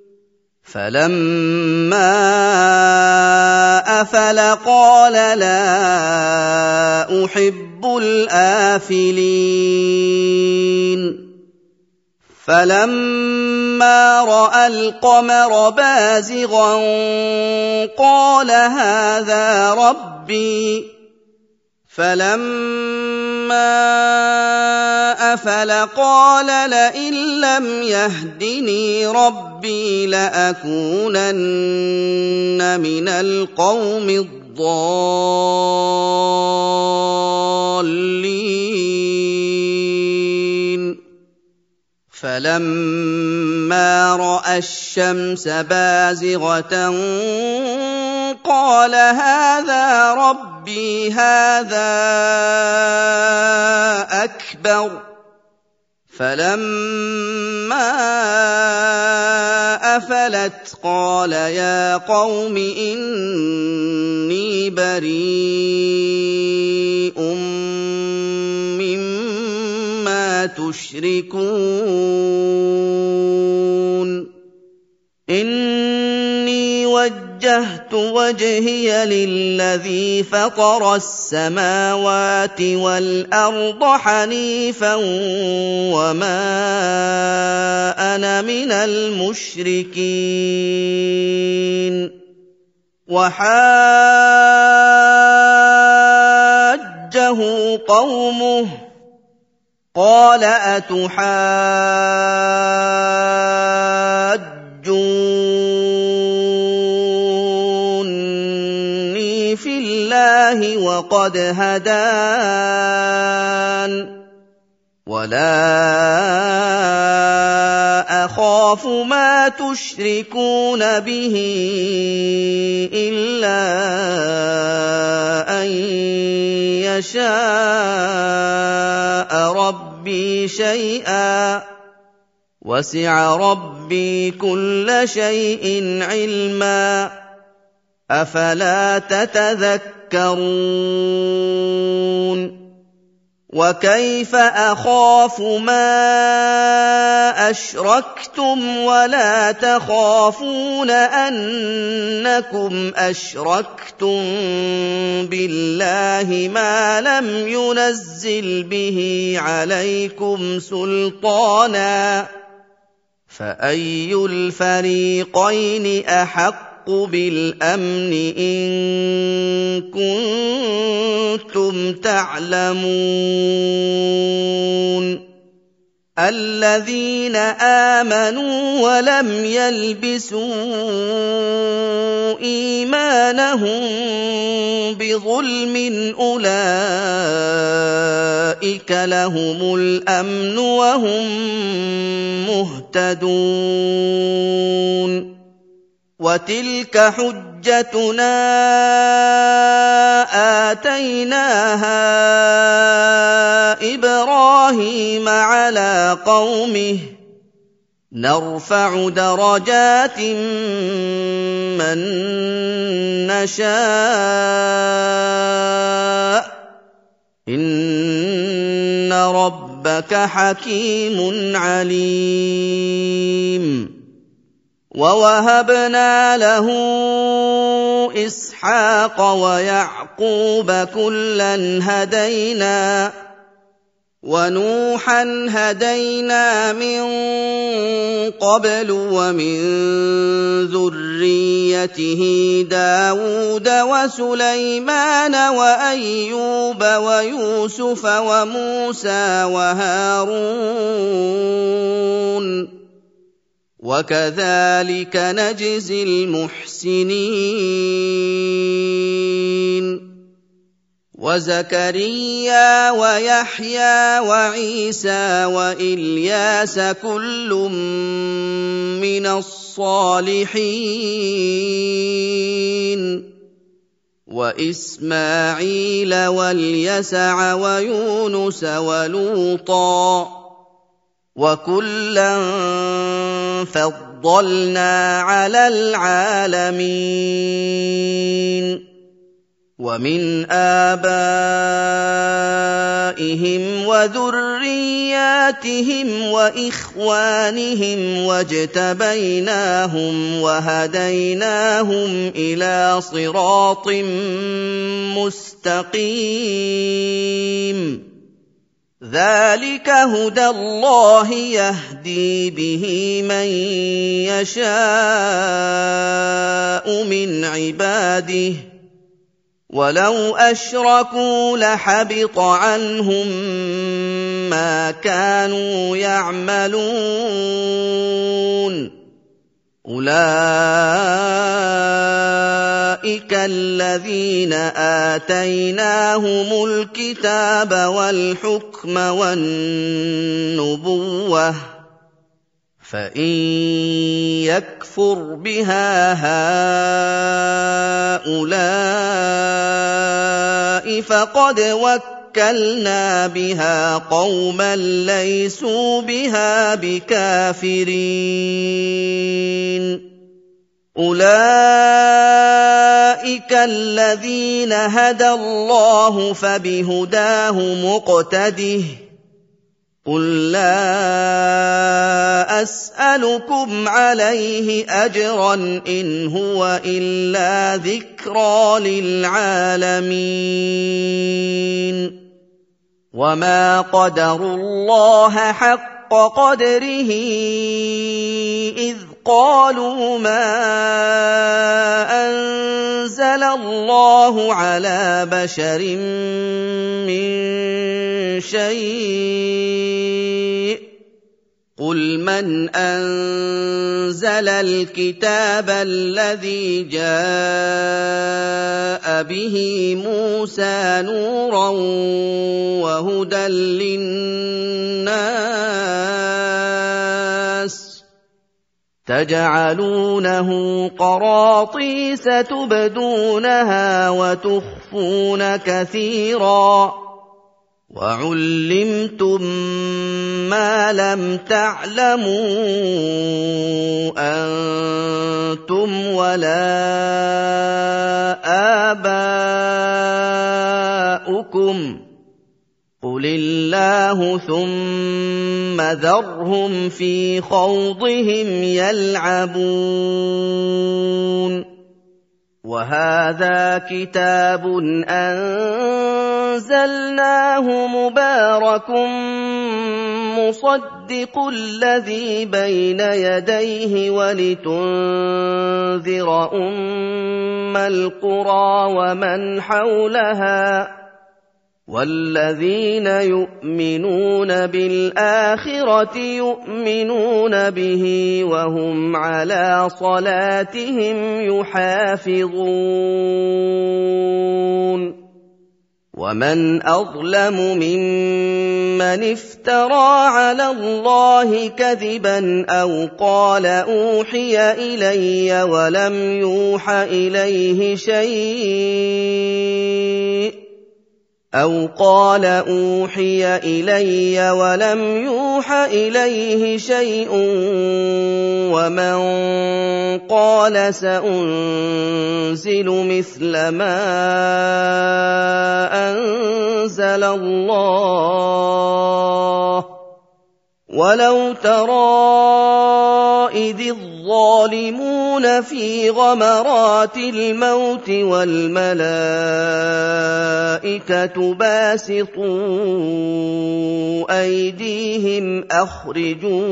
فَلَمَّا أَفَلَ قَالَ لَا أُحِبُّ الْآفِلِينَ فَلَمَّا رَأَى الْقَمَرَ بَازِغًا قَالَ هَٰذَا رَبِّي فَلَمَّا أَفَلَ قَالَ لَئِن لَّمْ يَهْدِنِي رَبِّي لَأَكُونَنَّ مِنَ الْقَوْمِ الضَّالِّينَ فَلَمَّا رَأَى الشَّمْسَ بَازِغَةً قَالَ هَٰذَا رَبِّي هَٰذَا أَكْبَرُ فَلَمَّا أَفَلَتْ قَالَ يَا قَوْمِ إِنِّي بَرِيءٌ مِّمَّا تُشْرِكُونَ إِنِّي وَجَّهْتُ وَجْهِيَ لِلَّذِي فَطَرَ السَّمَاوَاتِ وَالْأَرْضَ حَنِيفًا وَمَا أَنَا مِنَ الْمُشْرِكِينَ وَحَاجَّهُ قَوْمُهُ قَالَ أَتُحَاجُّونِّي فِي اللَّهِ وَقَدْ هَدَانِ وَلَا أَخَافُ مَا تُشْرِكُونَ بِهِ إِلَّا أَن يَشَاءَ رَبِّي شَيْئًا وَسِعَ رَبِّي كُلَّ شَيْءٍ عِلْمًا أَفَلَا تَتَذَكَّرُونَ وَكَيْفَ أَخَافُ مَا أَشْرَكْتُمْ وَلَا تَخَافُونَ أَنَّكُمْ أَشْرَكْتُم بِاللَّهِ مَا لَمْ يُنَزِّلْ بِهِ عَلَيْكُمْ سُلْطَانًا فَأَيُّ الْفَرِيقَيْنِ أَحَقُّ بِالْأَمْنِ إِن كُنتُمْ تَعْلَمُونَ الَّذِينَ آمَنُوا وَلَمْ يَلْبِسُوا إِيمَانَهُم بِظُلْمٍ أُولَٰئِكَ لَهُمُ الْأَمْنُ وَهُم مُّهْتَدُونَ وَتِلْكَ حُجَّتُنَا آتَيْنَاهَا إِبْرَاهِيمَ عَلَىٰ قَوْمِهِ نَرْفَعُ دَرَجَاتٍ مَّن نَّشَاءُ ۗ إِنَّ رَبَّكَ حَكِيمٌ عَلِيمٌ وَوَهَبْنَا لَهُ إِسْحَاقَ وَيَعْقُوبَ ۖ كُلًّا هَدَيْنَا ۖ وَنُوحًا هَدَيْنَا مِن قَبْلُ ۖ وَمِن ذُرِّيَّتِهِ دَاوُودَ وَسُلَيْمَانَ وَأَيُّوبَ وَيُوسُفَ وَمُوسَىٰ وَهَارُونَ وَكَذَٰلِكَ نَجْزِي الْمُحْسِنِينَ وَزَكَرِيَّا وَيَحْيَىٰ وَعِيسَىٰ وَإِلْيَاسَ كُلٌّ مِّنَ الصَّالِحِينَ وإسماعيل واليسع ويونس ولوطا وكلا فضلنا على العالمين ومن آبائهم وذرياتهم وإخوانهم واجتبيناهم وهديناهم إلى صراط مستقيم ذلك هدى الله يهدي به من يشاء من عباده ولو أشركوا لحبط عنهم ما كانوا يعملون أولئك الذين آتيناهم الكتاب والحكم والنبوة فإن يكفر بها هؤلاء فقد وكلنا بها قوما ليسوا بها بكافرين أولئك الذين هدى الله فبهداه مقتده قل لا أسألكم عليه أجرا إن هو إلا ذكرى للعالمين وما قدروا الله حق قدره إذ قالوا ما أنزل الله على بشر من شيء قل من أنزل الكتاب الذي جاء به موسى نورا وهدى للناس تجعلونه قراطيس تبدونها وتخفون كثيرا وعلمتم ما لم تعلموا أنتم ولا آباؤكم قل الله ثم ذرهم في خوضهم يلعبون وهذا كتاب أنزلناه مبارك مصدق الذي بين يديه ولتنذر أم القرى ومن حولها والذين يؤمنون بالآخرة يؤمنون به وهم على صلاتهم يحافظون ومن أظلم ممن افترى على الله كذبا أو قال أوحي إلي ولم يوح إليه شيء أو قال أوحي إلي ولم يوح إليه شيء ومن قال سأنزل مثل ما أنزل الله ولو ترى إذ الظالمون في غمرات الموت والملائكة باسطوا أيديهم أخرجوا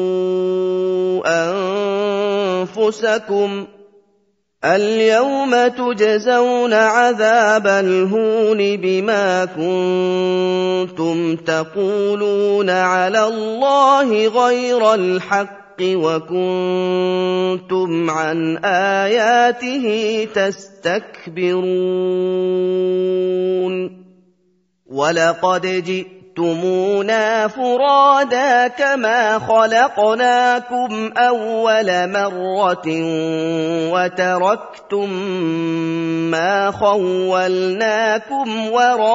أنفسكم اليوم تجزون عذاب الهون بما كنتم تقولون على الله غير الحق وكنتم عن آياته تستكبرون ولقد جئتم جئتمونا فرادا كما خلقناكم أول مرة وتركتم ما خولناكم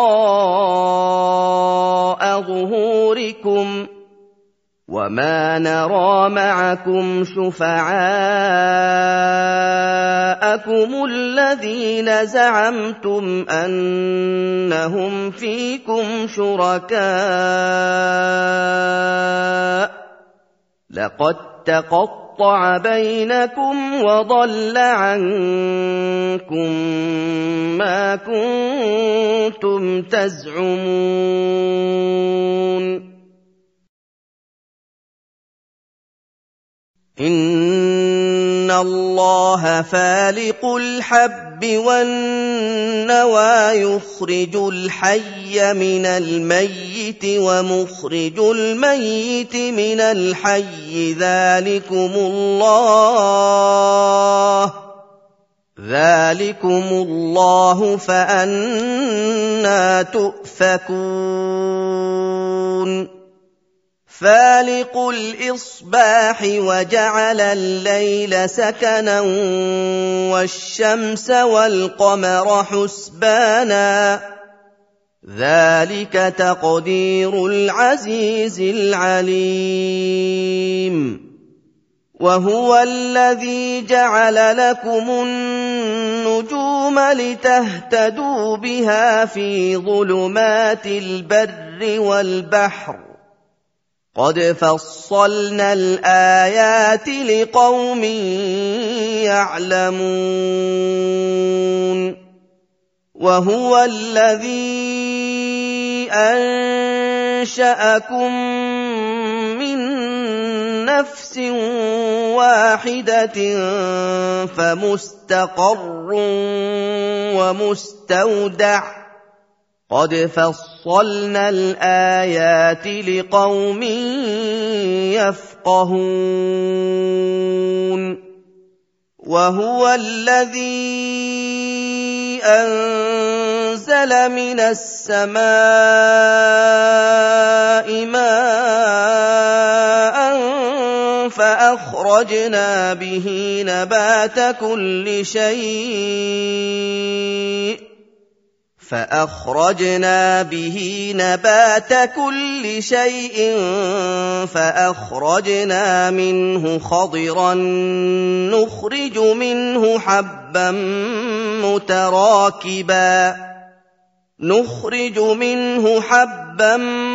وراء ظهوركم وما نرى معكم شفعاءكم الذين زعمتم أنهم فيكم شركاء لقد تقطع بينكم وضل عنكم ما كنتم تزعمون إِنَّ اللَّهَ فَالِقُ الْحَبِّ وَالنَّوَىٰ يُخْرِجُ الْحَيَّ مِنَ الْمَيِّتِ وَمُخْرِجُ الْمَيِّتِ مِنَ الْحَيِّ ذَٰلِكُمُ اللَّهُ ذَٰلِكُمُ اللَّهُ فَأَنَّىٰ تُؤْفَكُونَ فالق الإصباح وجعل الليل سكنا والشمس والقمر حسبانا ذلك تقدير العزيز العليم وهو الذي جعل لكم النجوم لتهتدوا بها في ظلمات البر والبحر قد فصلنا الآيات لقوم يعلمون وهو الذي أنشأكم من نفس واحدة فمستقر ومستودع قد فصلنا الآيات لقوم يفقهون وهو الذي أنزل من السماء ماء فأخرجنا به نبات كل شيء فأخرجنا به نبات كل شيء فأخرجنا منه خضرا نخرج منه حبا متراكبا نخرج منه حبا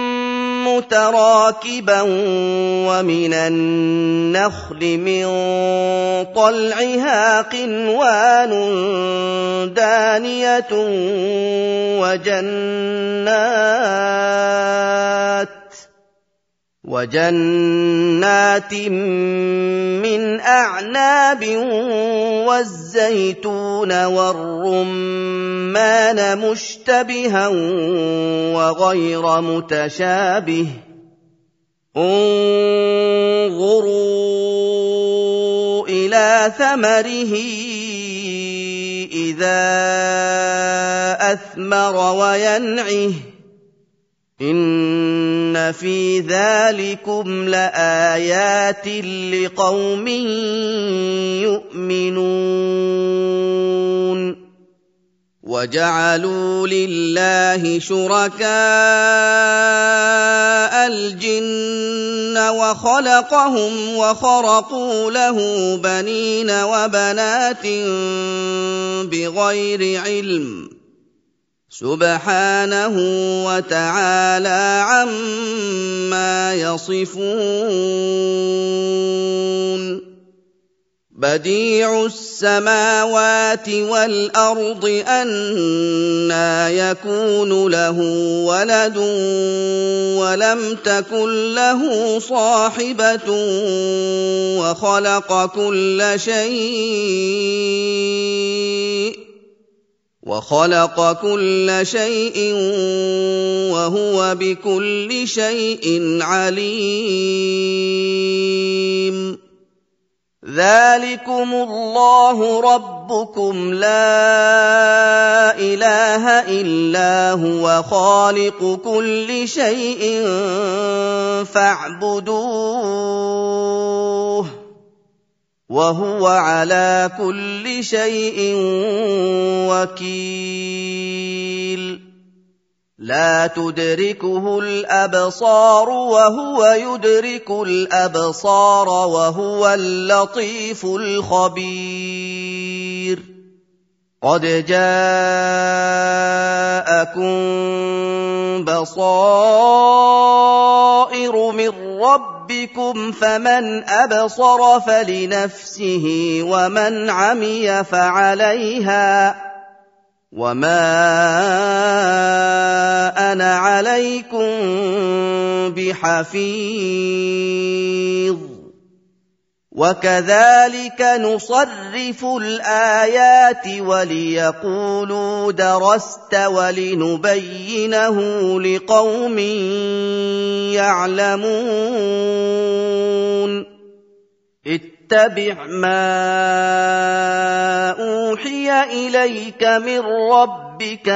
متراكبا ومن النخل من طلعها قنوان دانية وجنات وجنات من أعناب والزيتون والرمان مشتبها وغير متشابه انظروا إلى ثمره إذا أثمر وينعه إن في ذلكم لآيات لقوم يؤمنون وجعلوا لله شركاء الجن وخلقهم وخرقوا له بنين وبنات بغير علم سبحانه وتعالى عما يصفون بديع السماوات والأرض أنى يكون له ولد ولم تكن له صاحبة وخلق كل شيء وخلق كل شيء وهو بكل شيء عليم ذلكم الله ربكم لا إله إلا هو خالق كل شيء فاعبدوه وهو على كل شيء وكيل لا تدركه الأبصار وهو يدرك الأبصار وهو اللطيف الخبير قد جاءكم بصائر من ربكم فمن أبصر فلنفسه ومن عمي فعليها وما أنا عليكم بحفيظ وكذلك نصرف الآيات وليقولوا درست ولنبينه لقوم يعلمون اتبع ما أوحي إليك من ربك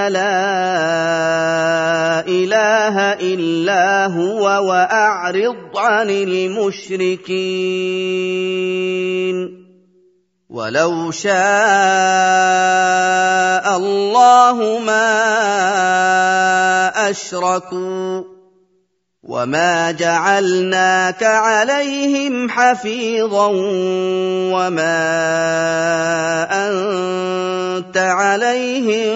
لا إله إلا هو وأعرض عن المشركين ولو شاء الله ما أشركوا وما جعلناك عليهم حفيظا وما أنت عليهم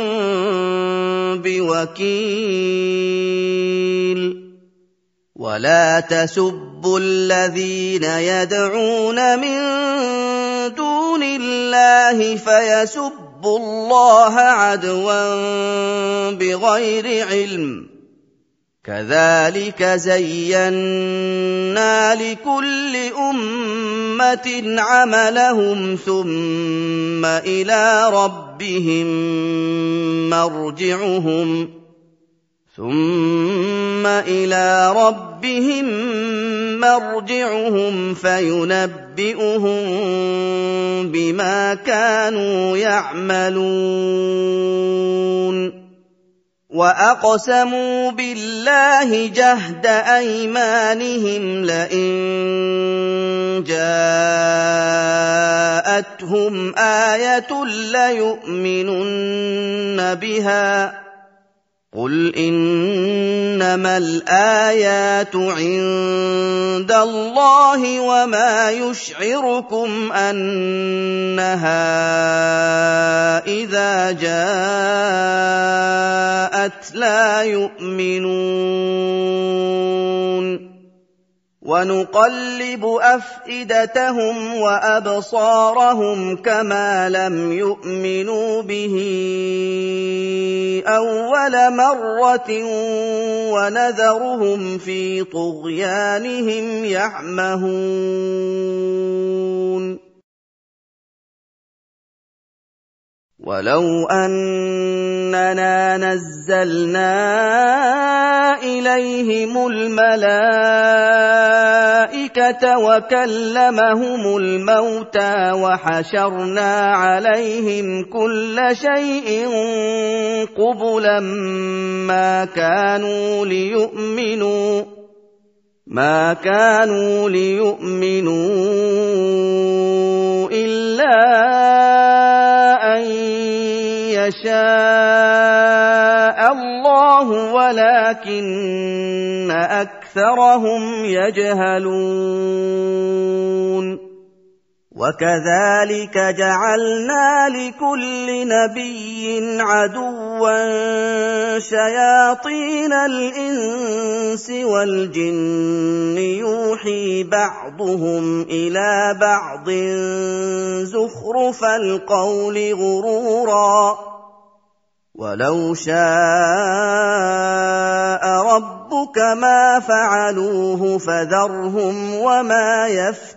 بوكيل ولا تسبوا الذين يدعون من دون الله فيسبوا الله عدوا بغير علم كذلك زينا لكل أمة عملهم ثم إلى ربهم مرجعهم ثم إلى ربهم مرجعهم فينبئهم بما كانوا يعملون وأقسموا بالله جهد أيمانهم لئن جاءتهم آية ليؤمنن بها قل إنما الآيات عند الله وما يشعركم أنها إذا جاءت لا يؤمنون ونقلب أفئدتهم وأبصارهم كما لم يؤمنوا به أول مرة ونذرهم في طغيانهم يعمهون ولو أننا نزلنا إليهم الملائكة وكلمهم الموتى وحشرنا عليهم كل شيء قبلا ما كانوا ليؤمنوا ما كانوا ليؤمنوا إلا أن يشاء الله ولكن أكثرهم يجهلون وكذلك جعلنا لكل نبي عدوا شياطين الإنس والجن يوحي بعضهم إلى بعض زخرف القول غرورا ولو شاء ربك ما فعلوه فذرهم وما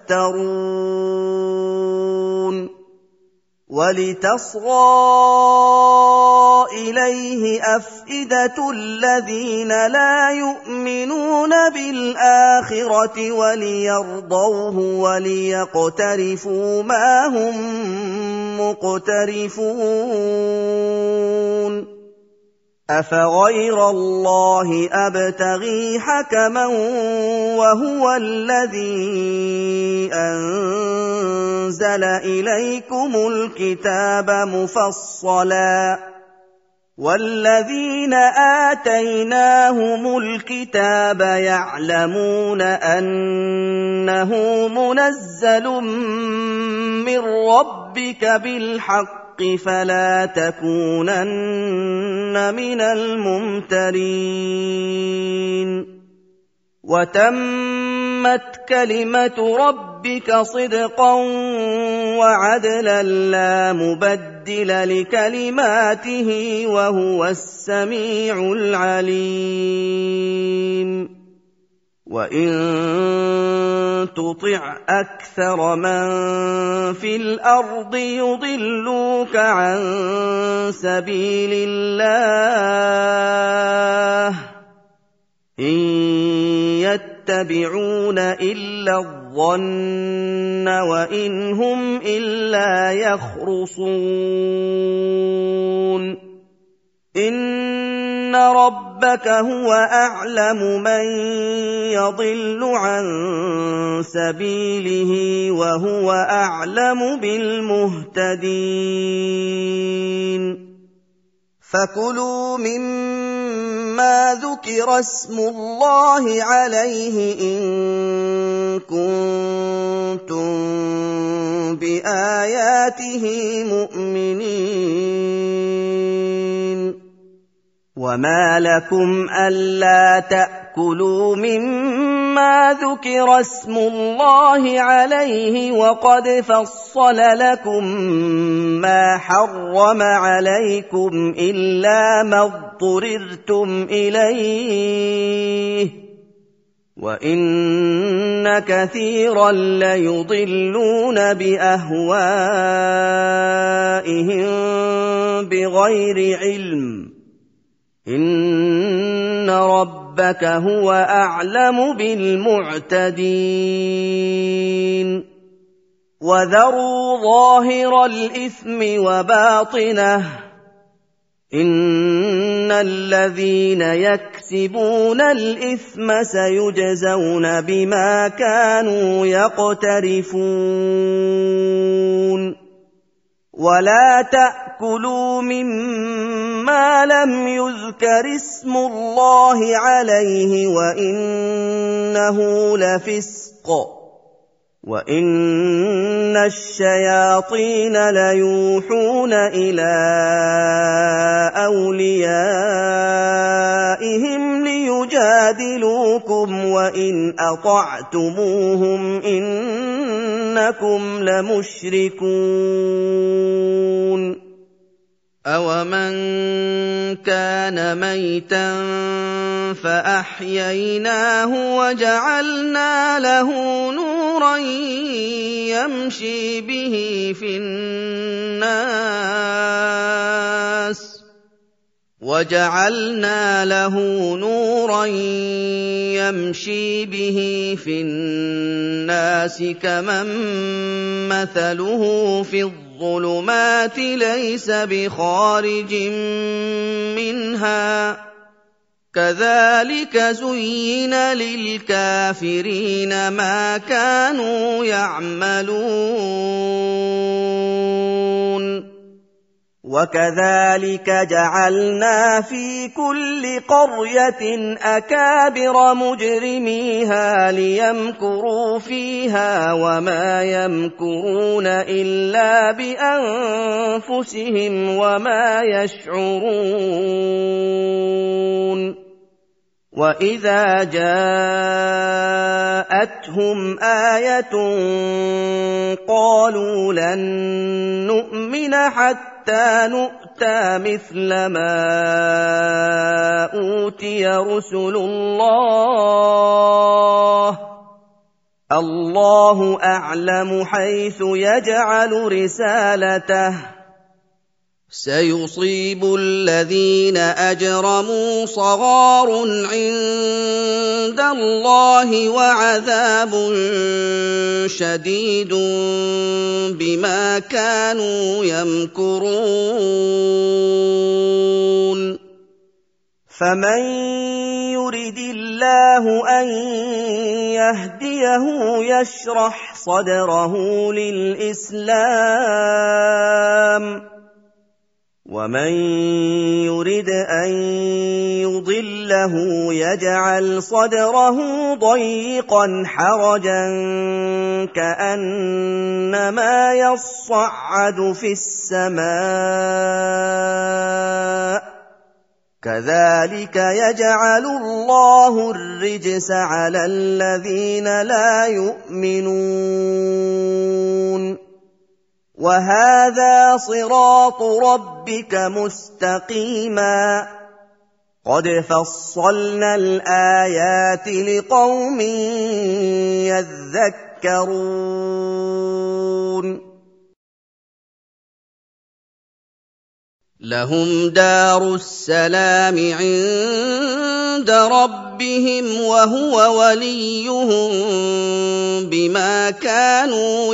يفترون ولتصغى إليه أفئدة الذين لا يؤمنون بِالْآخِرَةِ وَلِيَرْضَوْهُ وَلِيَقْتَرِفُوا مَا هُم مُّقْتَرِفُونَ أَفَغَيْرَ اللَّهِ أَبْتَغِي حَكَمًا وَهُوَ الَّذِي أَنزَلَ إِلَيْكُمُ الْكِتَابَ مُفَصَّلًا وَالَّذِينَ آتَيْنَاهُمُ الْكِتَابَ يَعْلَمُونَ أَنَّهُ مُنَزَّلٌ مِّن رَّبِّكَ بِالْحَقِّ فَلَا تَكُونَنَّ مِنَ الْمُمْتَرِينَ وَتَمَّتْ كَلِمَةُ رَبِّكَ صِدْقًا وَعَدْلًا لَّا مُبَدِّلَ لِكَلِمَاتِهِ وَهُوَ السَّمِيعُ الْعَلِيمُ وَإِن تُطِعْ أَكْثَرَ مَن فِي الْأَرْضِ يُضِلُّوكَ عَن سَبِيلِ اللَّهِ إِن يَتَّبِعُونَ إِلَّا الظَّنَّ وَإِنْ هُمْ إِلَّا يَخْرُصُونَ إِنَّ رَبَّكَ هُوَ أَعْلَمُ مَن يَضِلُّ عَن سَبِيلِهِ وَهُوَ أَعْلَمُ بِالْمُهْتَدِينَ فَكُلُوا مِمَّا ذُكِرَ اسْمُ اللَّهِ عَلَيْهِ إِن كُنتُم بِآيَاتِهِ مُؤْمِنِينَ وَمَا لَكُمْ أَلَّا تَأْكُلُوا مِمَّا ذُكِرَ اسْمُ اللَّهِ عَلَيْهِ وَقَدْ فَصَّلَ لَكُم مَّا حَرَّمَ عَلَيْكُمْ إِلَّا مَا اضْطُرِرْتُمْ إِلَيْهِ وَإِنَّ كَثِيرًا لَّيُضِلُّونَ بِأَهْوَائِهِم بِغَيْرِ عِلْمٍ إِنَّ رَبَّكَ هُوَ أَعْلَمُ بِالْمُعْتَدِينَ وَذَرُوا ظَاهِرَ الْإِثْمِ وَبَاطِنَهُ إِنَّ الَّذِينَ يَكْسِبُونَ الْإِثْمَ سَيُجْزَوْنَ بِمَا كَانُوا يَقْتَرِفُونَ وَلَا تَأْكُلُوا مِمَّا لَمْ يُذْكَرِ اسْمُ اللَّهِ عَلَيْهِ وَإِنَّهُ لَفِسْقٌ وَإِنَّ الشَّيَاطِينَ لَيُوحُونَ إِلَىٰ أَوْلِيَائِهِمْ لِيُجَادِلُوكُمْ وَإِنْ أَطَعْتُمُوهُمْ إِنَّكُمْ لَمُشْرِكُونَ أَوَمَن كَانَ مَيْتًا فَأَحْيَيْنَاهُ وَجَعَلْنَا لَهُ نُورًا يَمْشِي بِهِ فِي النَّاسِ وَجَعَلْنَا لَهُ نُورًا يَمْشِي بِهِ فِي النَّاسِ كَمَن مَّثَلُهُ فِي الظُّلُمَاتِ لَيْسَ بِخَارِجٍ مِّنْهَا كَذَٰلِكَ زُيِّنَ لِلْكَافِرِينَ مَا كَانُوا يَعْمَلُونَ وَكَذَٰلِكَ جَعَلْنَا فِي كُلِّ قَرْيَةٍ أَكَابِرَ مُجْرِمِيهَا لِيَمْكُرُوا فِيهَا وَمَا يَمْكُرُونَ إِلَّا بِأَنفُسِهِمْ وَمَا يَشْعُرُونَ وَإِذَا جَاءَتْهُمْ آيَةٌ قَالُوا لَن نُّؤْمِنَ حَتَّىٰ نُؤْتَىٰ مِثْلَ مَا أُوتِيَ رُسُلُ اللَّهِ ۖ اللَّهُ أَعْلَمُ حَيْثُ يَجْعَلُ رِسَالَتَهُ ۗ سيصيب الذين أجرموا صغار عند الله وعذاب شديد بما كانوا يمكرون فمن يرد الله أن يهديه يشرح صدره للإسلام ومن يرد أن يضله يجعل صدره ضيقا حرجا كأنما يصعد في السماء كذلك يجعل الله الرجس على الذين لا يؤمنون وهذا صراط ربك مستقيما قد فصلنا الآيات لقوم يذكرون لهم دار السلام عند ربهم وهو وليهم بما كانوا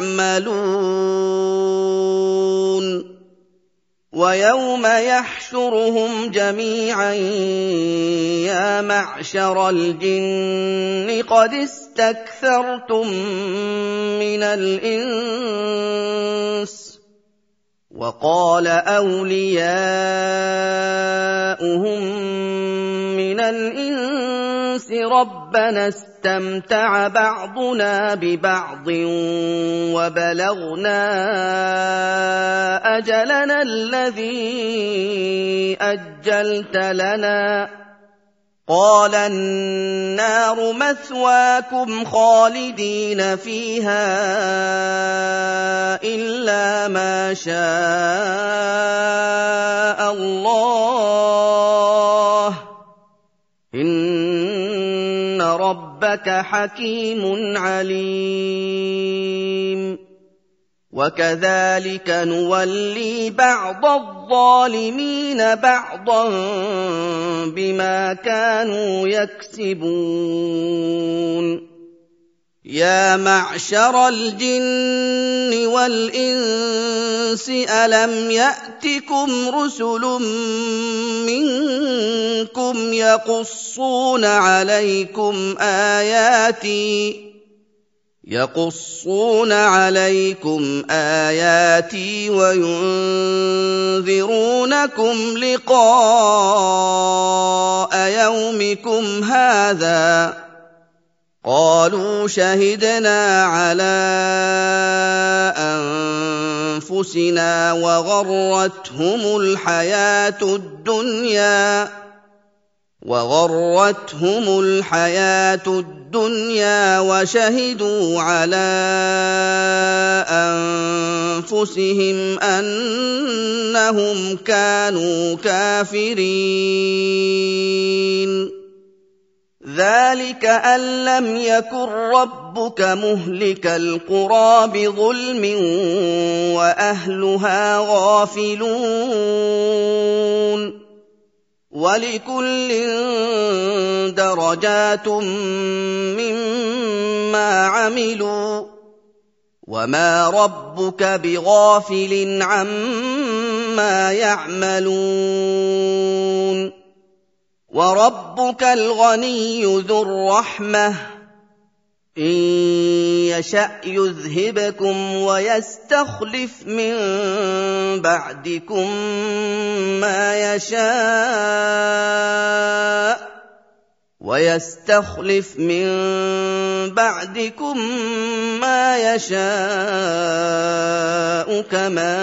يعملون ويوم يحشرهم جميعا يا معشر الجن قد استكثرتم من الإنس وقال أولياؤهم من الإنس ربنا استمتع بعضنا ببعض وبلغنا أجلنا الذي أجلت لنا قال النار مثواكم خالدين فيها إلا ما شاء الله إن ربك حكيم عليم وكذلك نولي بعض الظالمين بعضا بما كانوا يكسبون يا معشر الجن والإنس ألم يأتكم رسل منكم يقصون عليكم آياتي يقصون عليكم آياتي وينذرونكم لقاء يومكم هذا قالوا شهدنا على أنفسنا وغرتهم الحياة الدنيا وغرتهم الحياة الدنيا وشهدوا على أنفسهم أنهم كانوا كافرين ذلك أن لم يكن ربك مهلك القرى بظلم وأهلها غافلون وَلِكُلٍّ دَرَجَاتٌ مِّمَّا عَمِلُوا ۚ وَمَا رَبُّكَ بِغَافِلٍ عَمَّا يَعْمَلُونَ وَرَبُّكَ الْغَنِيُّ ذُو الرَّحْمَةِ ۚ إِن يَشَأْ يُذْهِبْكُمْ وَيَسْتَخْلِفْ مِن بَعْدِكُم مَّا يَشَاءُ وَيَسْتَخْلِفْ مِن بَعْدِكُم مَّا يَشَاءُ كَمَا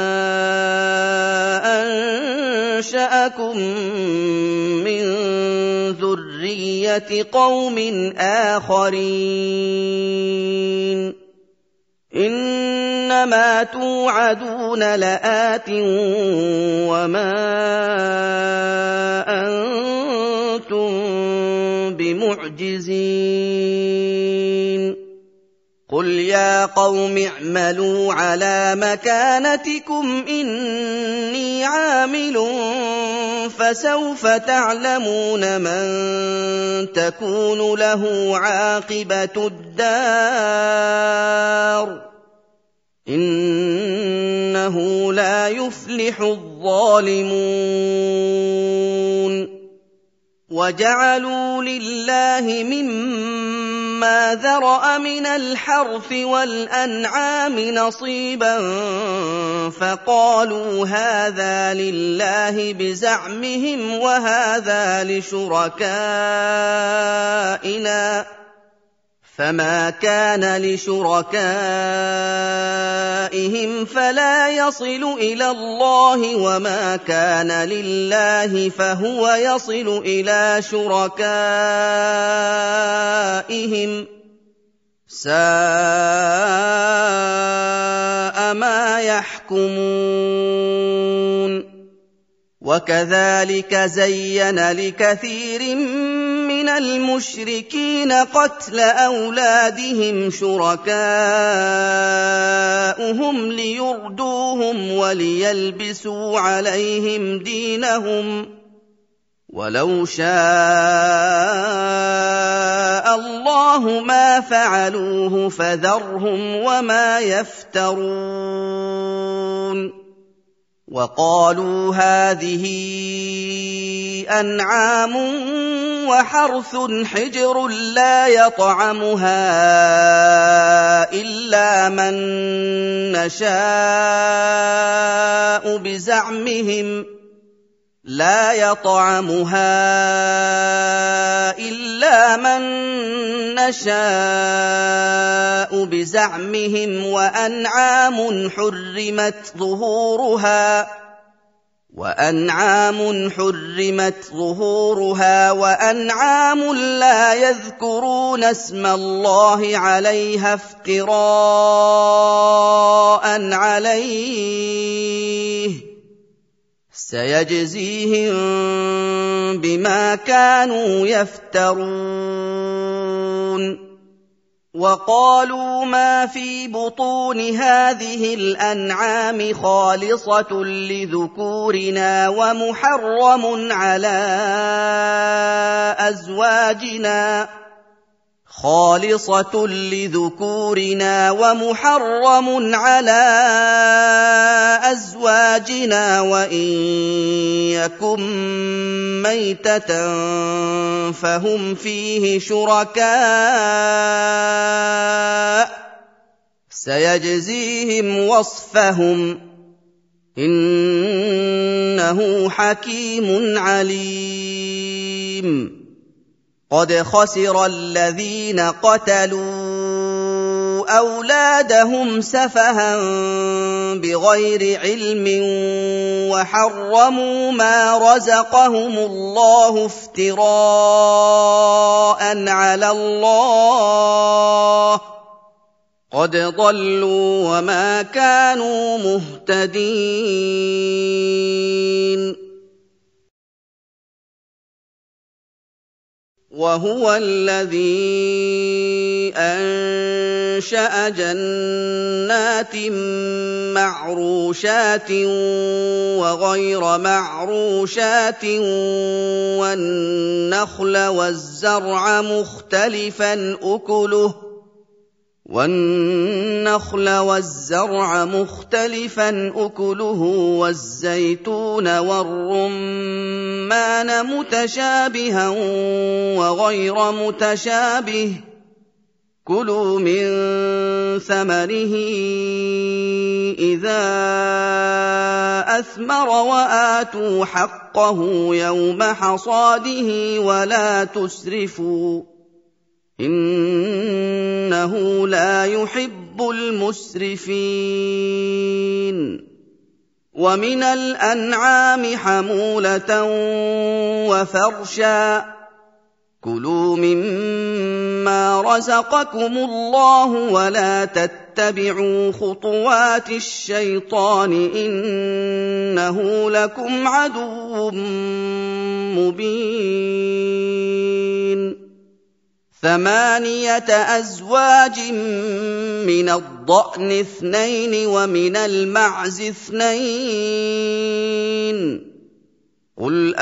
أَنشَأَكُم مِّن ذُرِّيَّةِ قَوْمٍ آخَرِينَ إِنَّمَا تُوعَدُونَ لَآتٍ وَمَا أَنتُم بِمُعْجِزِينَ قُلْ يَا قَوْمِ اعْمَلُوا عَلَىٰ مَكَانَتِكُمْ إِنِّي عَامِلٌ فَسَوْفَ تَعْلَمُونَ مَن تَكُونُ لَهُ عَاقِبَةُ الدَّارِ ۗ إِنَّهُ لَا يُفْلِحُ الظَّالِمُونَ. وَجَعَلُوا لِلَّهِ مِمَّا ذَرَأَ مِنَ الْحَرْثِ وَالْأَنْعَامِ نَصِيبًا فَقَالُوا هَٰذَا لِلَّهِ بِزَعْمِهِمْ وَهَٰذَا لِشُرَكَائِنَا ۖ فَمَا كَانَ لِشُرَكَائِهِمْ فَلَا يَصِلُ إِلَى اللَّهِ وَمَا كَانَ لِلَّهِ فَهُوَ يَصِلُ إِلَىٰ شُرَكَائِهِمْ ۗ سَاءَ مَا يَحْكُمُونَ. وَكَذَٰلِكَ زَيَّنَ لِكَثِيرٍ مِّنَ الْمُشْرِكِينَ قَتْلَ أَوْلَادِهِمْ شُرَكَاؤُهُمْ لِيُرْدُوهُمْ وَلِيَلْبِسُوا عَلَيْهِمْ دِينَهُمْ ۖ وَلَوْ شَاءَ اللَّهُ مَا فَعَلُوهُ فَذَرْهُمْ وَمَا يَفْتَرُونَ. وَقَالُوا هَٰذِهِ أَنْعَامٌ وَحَرْثٌ حِجْرٌ لَّا يَطْعَمُهَا إِلَّا مَن نَّشَاءُ بِزَعْمِهِمْ لا يطعمها إلا من نشاء بزعمهم وأنعام حرمت ظهورها وأنعام حرمت ظهورها وأنعام لا يذكرون اسم الله عليها افتراء عليه سيجزيهم بما كانوا يفترون. وقالوا ما في بطون هذه الأنعام خالصة لذكورنا ومحرم على أزواجنا خالصة لذكورنا ومحرم على أزواجنا وإن يكن ميتة فهم فيه شركاء سيجزيهم وصفهم إنه حكيم عليم. قد خسر الذين قتلوا أولادهم سفها بغير علم وحرموا ما رزقهم الله افتراء على الله قد ضلوا وما كانوا مهتدين. وهو الذي أنشأ جنات معروشات وغير معروشات والنخل والزرع مختلفا أكله والنخل والزرع مختلفا أكله والزيتون والرمان متشابها وغير متشابه كلوا من ثمره إذا أثمر وآتوا حقه يوم حصاده ولا تسرفوا إنه لا يحب المسرفين. ومن الأنعام حمولة وفرشا كلوا مما رزقكم الله ولا تتبعوا خطوات الشيطان إنه لكم عدو مبين. ثمانية أزواج من الضأن اثنين ومن المعز اثنين قل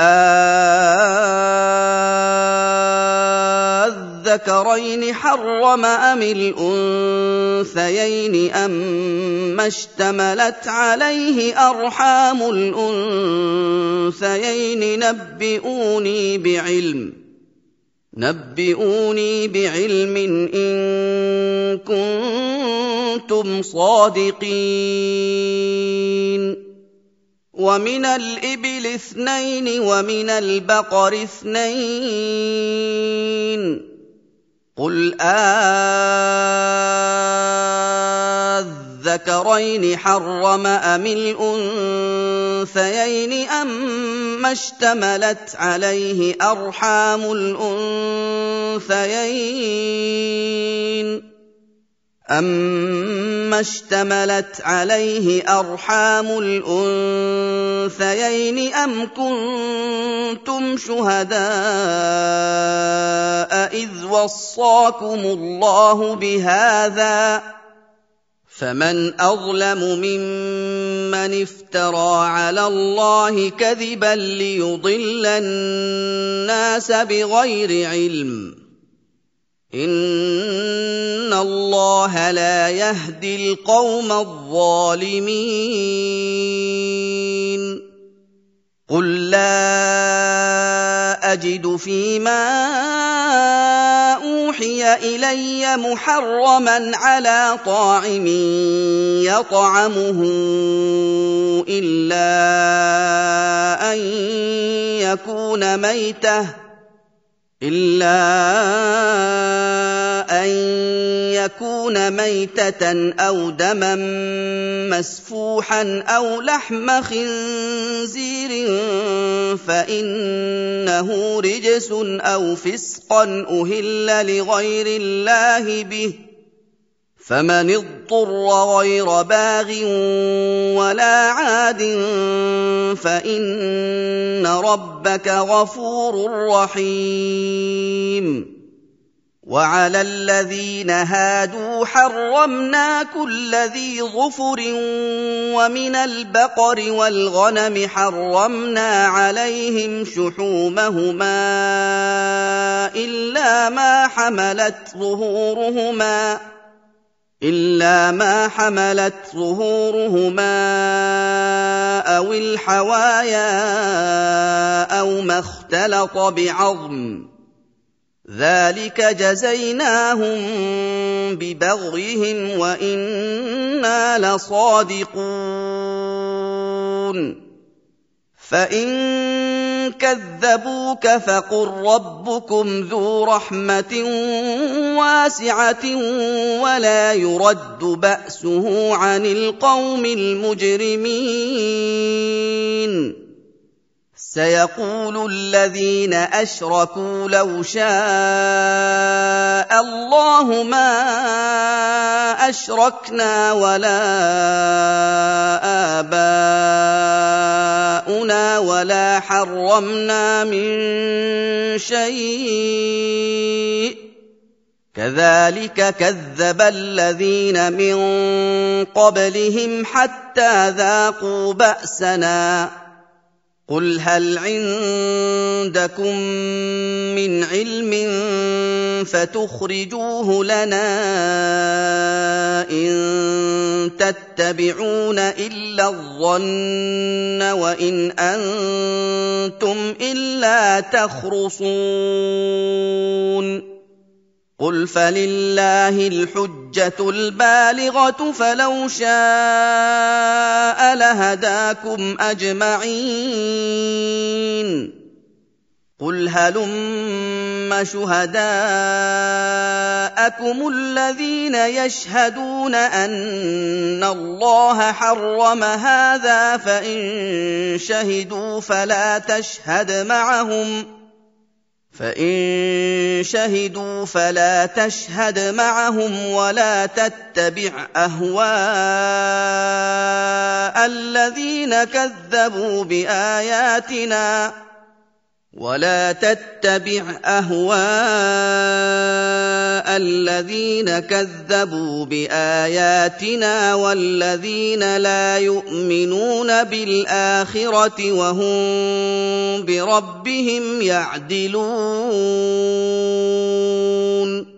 أذكرين حرم أم الأنثيين أما اشتملت عليه أرحام الأنثيين نبئوني بعلم نبئوني بعلم إن كنتم صادقين ومن الإبل اثنين ومن البقر اثنين قل أذكرين حرم أم الأنثيين أما اشتملت عليه أرحام الأنثيين أما اشتملت عليه أرحام الأنثيين أم كنتم شهداء إذ وصاكم الله بهذا فمن أظلم ممن افترى على الله كذبا ليضل الناس بغير علم إن الله لا يهدي القوم الظالمين قل لا أجد فيما أوحي إلي محرما على طاعم يطعمه إلا أن يكون ميتة إلا أن يكون ميتة أو دما مسفوحا أو لحم خنزير فإنه رجس أو فسقا أهل لغير الله به فمن اضطر غير باغ ولا عاد فإن ربك غفور رحيم وعلى الذين هادوا حرمنا كل ذي ظفر ومن البقر والغنم حرمنا عليهم شحومهما إلا ما حملت ظهورهما إلا ما حملت ظهورهما أو الحوايا أو ما اختلط بعظم ذلك جزيناهم ببغيهم وإنا لصادقون فإن كذبوك فقل ربكم ذو رحمة واسعة ولا يرد بأسه عن القوم المجرمين سيقول الذين أشركوا لو شاء الله ما أشركنا ولا آباؤنا ولا حرمنا من شيء كذلك كذب الذين من قبلهم حتى ذاقوا بأسنا قل هل عندكم من علم فتخرجوه لنا إن تتبعون إلا الظن وإن أنتم إلا تخرصون قل فلله الحجة البالغة فلو شاء لهداكم أجمعين قل هلم شهداءكم الذين يشهدون أن الله حرم هذا فإن شهدوا فلا تشهد معهم فإن شهدوا فلا تشهد معهم ولا تتبع أهواء الذين كذبوا بآياتنا ولا تتبع أهواء الذين كذبوا بآياتنا والذين لا يؤمنون بالآخرة وهم بربهم يعدلون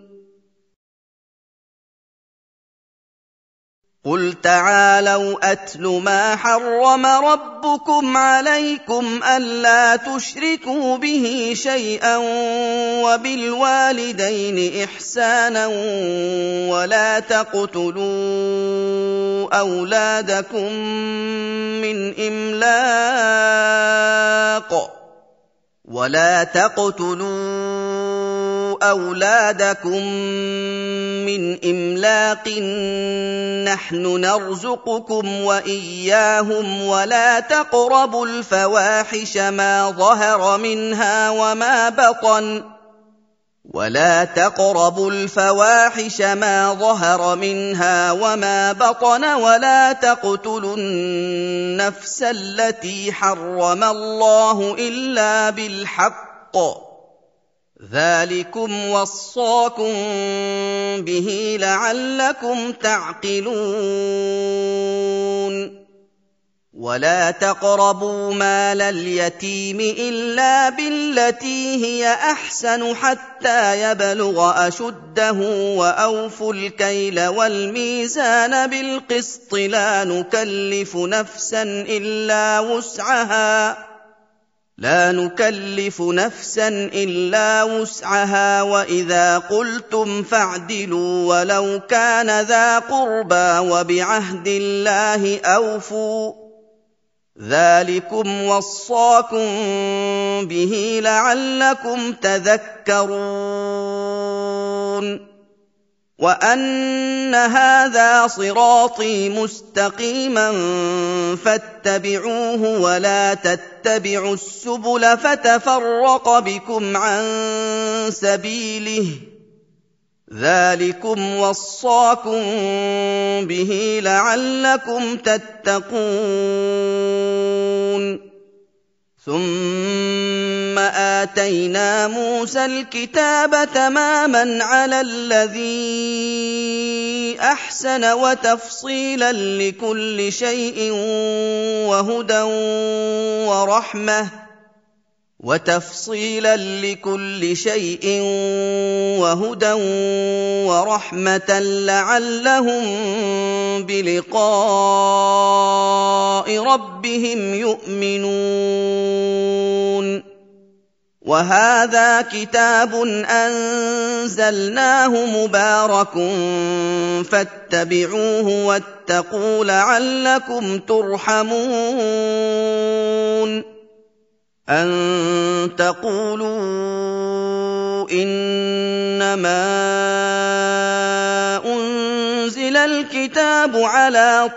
قل تعالوا أتل ما حرم ربكم عليكم ألا تشركوا به شيئا وبالوالدين إحسانا ولا تقتلوا أولادكم من إملاق ولا تقتلوا أولادكم من إملاق نحن نرزقكم وإياهم ولا تقربوا الفواحش ما ظهر منها وما بطن ولا تقربوا الفواحش ما ظهر منها وما بطن ولا تقتلوا النفس التي حرم الله إلا بالحق ذلكم وصاكم به لعلكم تعقلون ولا تقربوا مال اليتيم إلا بالتي هي أحسن حتى يبلغ أشده وأوفوا الكيل والميزان بالقسط لا نكلف نفسا إلا وسعها لا نكلف نفسا إلا وسعها وإذا قلتم فاعدلوا ولو كان ذا قربى وبعهد الله أوفوا ذلكم وصاكم به لعلكم تذكرون وأن هذا صراطي مستقيما فاتبعوه ولا تتبعوا السبل فتفرق بكم عن سبيله ذلكم وصاكم به لعلكم تتقون ثم آتينا موسى الكتاب تماما على الذي أحسن وتفصيلا لكل شيء وهدى ورحمة وتفصيلا لكل شيء وهدى ورحمة لعلهم بلقاء ربهم يؤمنون وهذا كتاب أنزلناه مبارك فاتبعوه واتقوا لعلكم ترحمون أن تقولوا إنما أنزل الكتاب على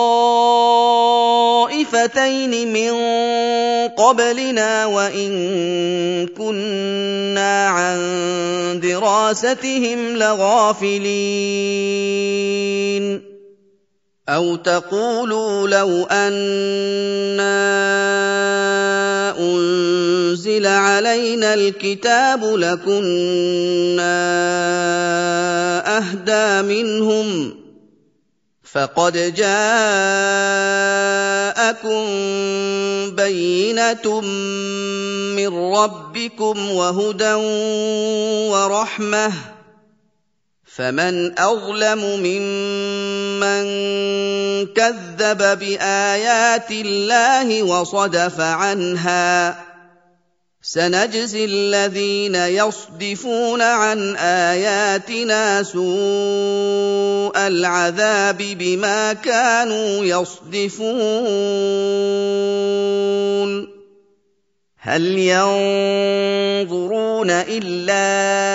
طائفتين من قبلنا وإن كنا عن دراستهم لغافلين أو تقولوا لو أنا أنزل علينا الكتاب لكنا أهدى منهم فقد جاءكم بينة من ربكم وهدى ورحمة فمن أظلم ممن كذب بآيات الله وصدف عنها سنجزي الذين يصدفون عن آياتنا سوء العذاب بما كانوا يصدفون هل ينظرون إلا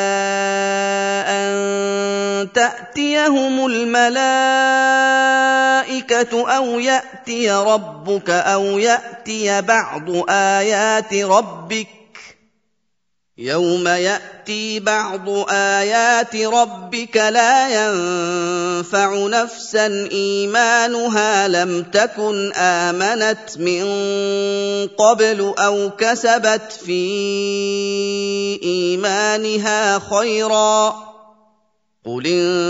أن تأتيهم الملائكة أو يأتي ربك أو يأتي بعض آيات ربك يَوْمَ يَأْتِي بَعْضُ آيَاتِ رَبِّكَ لَا يَنفَعُ نَفْسًا إِيمَانُهَا لَمْ تَكُنْ آمَنَتْ مِن قَبْلُ أَوْ كَسَبَتْ فِي إِيمَانِهَا خَيْرًا ۗ قُلِ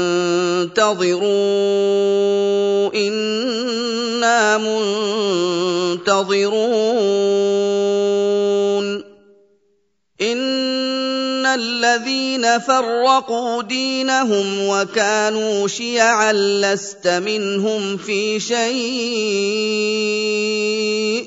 انتَظِرُوا إِنَّا مُنتَظِرُونَ إِنَّ الَّذِينَ فَرَّقُوا دِينَهُمْ وَكَانُوا شِيَعًا لَّسْتَ مِنْهُمْ فِي شَيْءٍ ۚ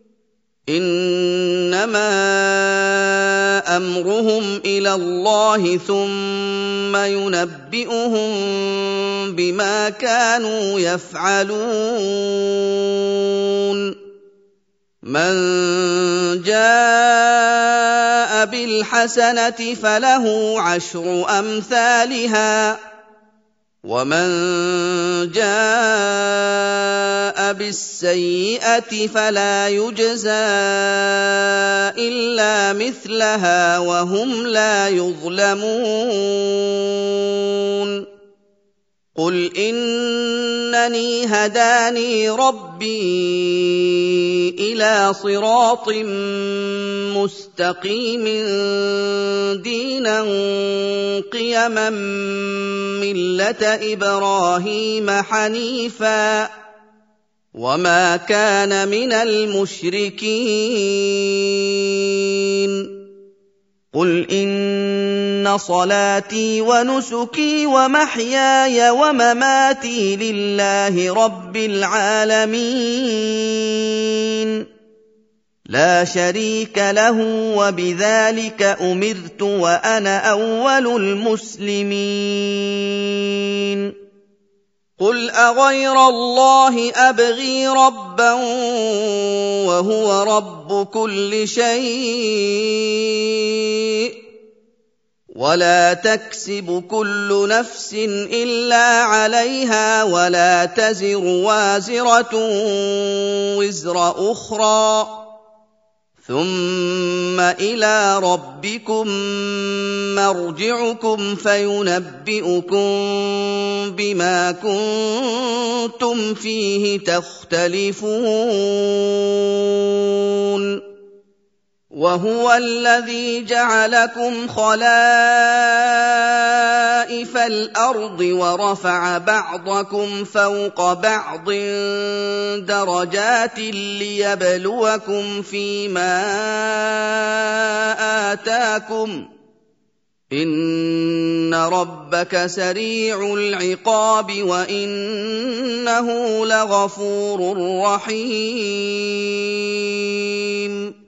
إِنَّمَا أَمْرُهُمْ إِلَى اللَّهِ ثُمَّ يُنَبِّئُهُم بِمَا كَانُوا يَفْعَلُونَ مَن جَاءَ بِالْحَسَنَةِ فَلَهُ عَشْرُ أَمْثَالِهَا ۖ وَمَن جَاءَ بِالسَّيِّئَةِ فَلَا يُجْزَىٰ إِلَّا مِثْلَهَا وَهُمْ لَا يُظْلَمُونَ قُلْ إِنَّنِي هَدَانِي رَبِّي إِلَىٰ صِرَاطٍ مُّسْتَقِيمٍ دِينًا قِيَمًا مِّلَّةَ إِبْرَاهِيمَ حَنِيفًا ۖ وَمَا كَانَ مِنَ الْمُشْرِكِينَ قُلْ إِنَّ صَلَاتِي وَنُسُكِي وَمَحْيَايَ وَمَمَاتِي لِلَّهِ رَبِّ الْعَالَمِينَ لَا شَرِيكَ لَهُ ۖ وَبِذَٰلِكَ أُمِرْتُ وَأَنَا أَوَّلُ الْمُسْلِمِينَ قُلْ أَغَيْرَ اللَّهِ أَبْغِي رَبًّا وَهُوَ رَبُّ كُلِّ شَيْءٍ ۖ وَلَا تَكْسِبُ كُلُّ نَفْسٍ إِلَّا عَلَيْهَا وَلَا تَزِرُ وَازِرَةٌ وِزْرَ أُخْرَىٰ ۗ ثُمَّ إِلَىٰ رَبِّكُم مَّرْجِعُكُمْ فَيُنَبِّئُكُم بِمَا كُنتُمْ فِيهِ تَخْتَلِفُونَ وَهُوَ الَّذِي جَعَلَكُمْ خَلَائِفَ الْأَرْضِ وَرَفَعَ بَعْضَكُمْ فَوْقَ بَعْضٍ دَرَجَاتٍ لِّيَبْلُوَكُمْ فِيمَا آتَاكُمْ ۗ إِنَّ رَبَّكَ سَرِيعُ الْعِقَابِ وَإِنَّهُ لَغَفُورٌ رَّحِيمٌ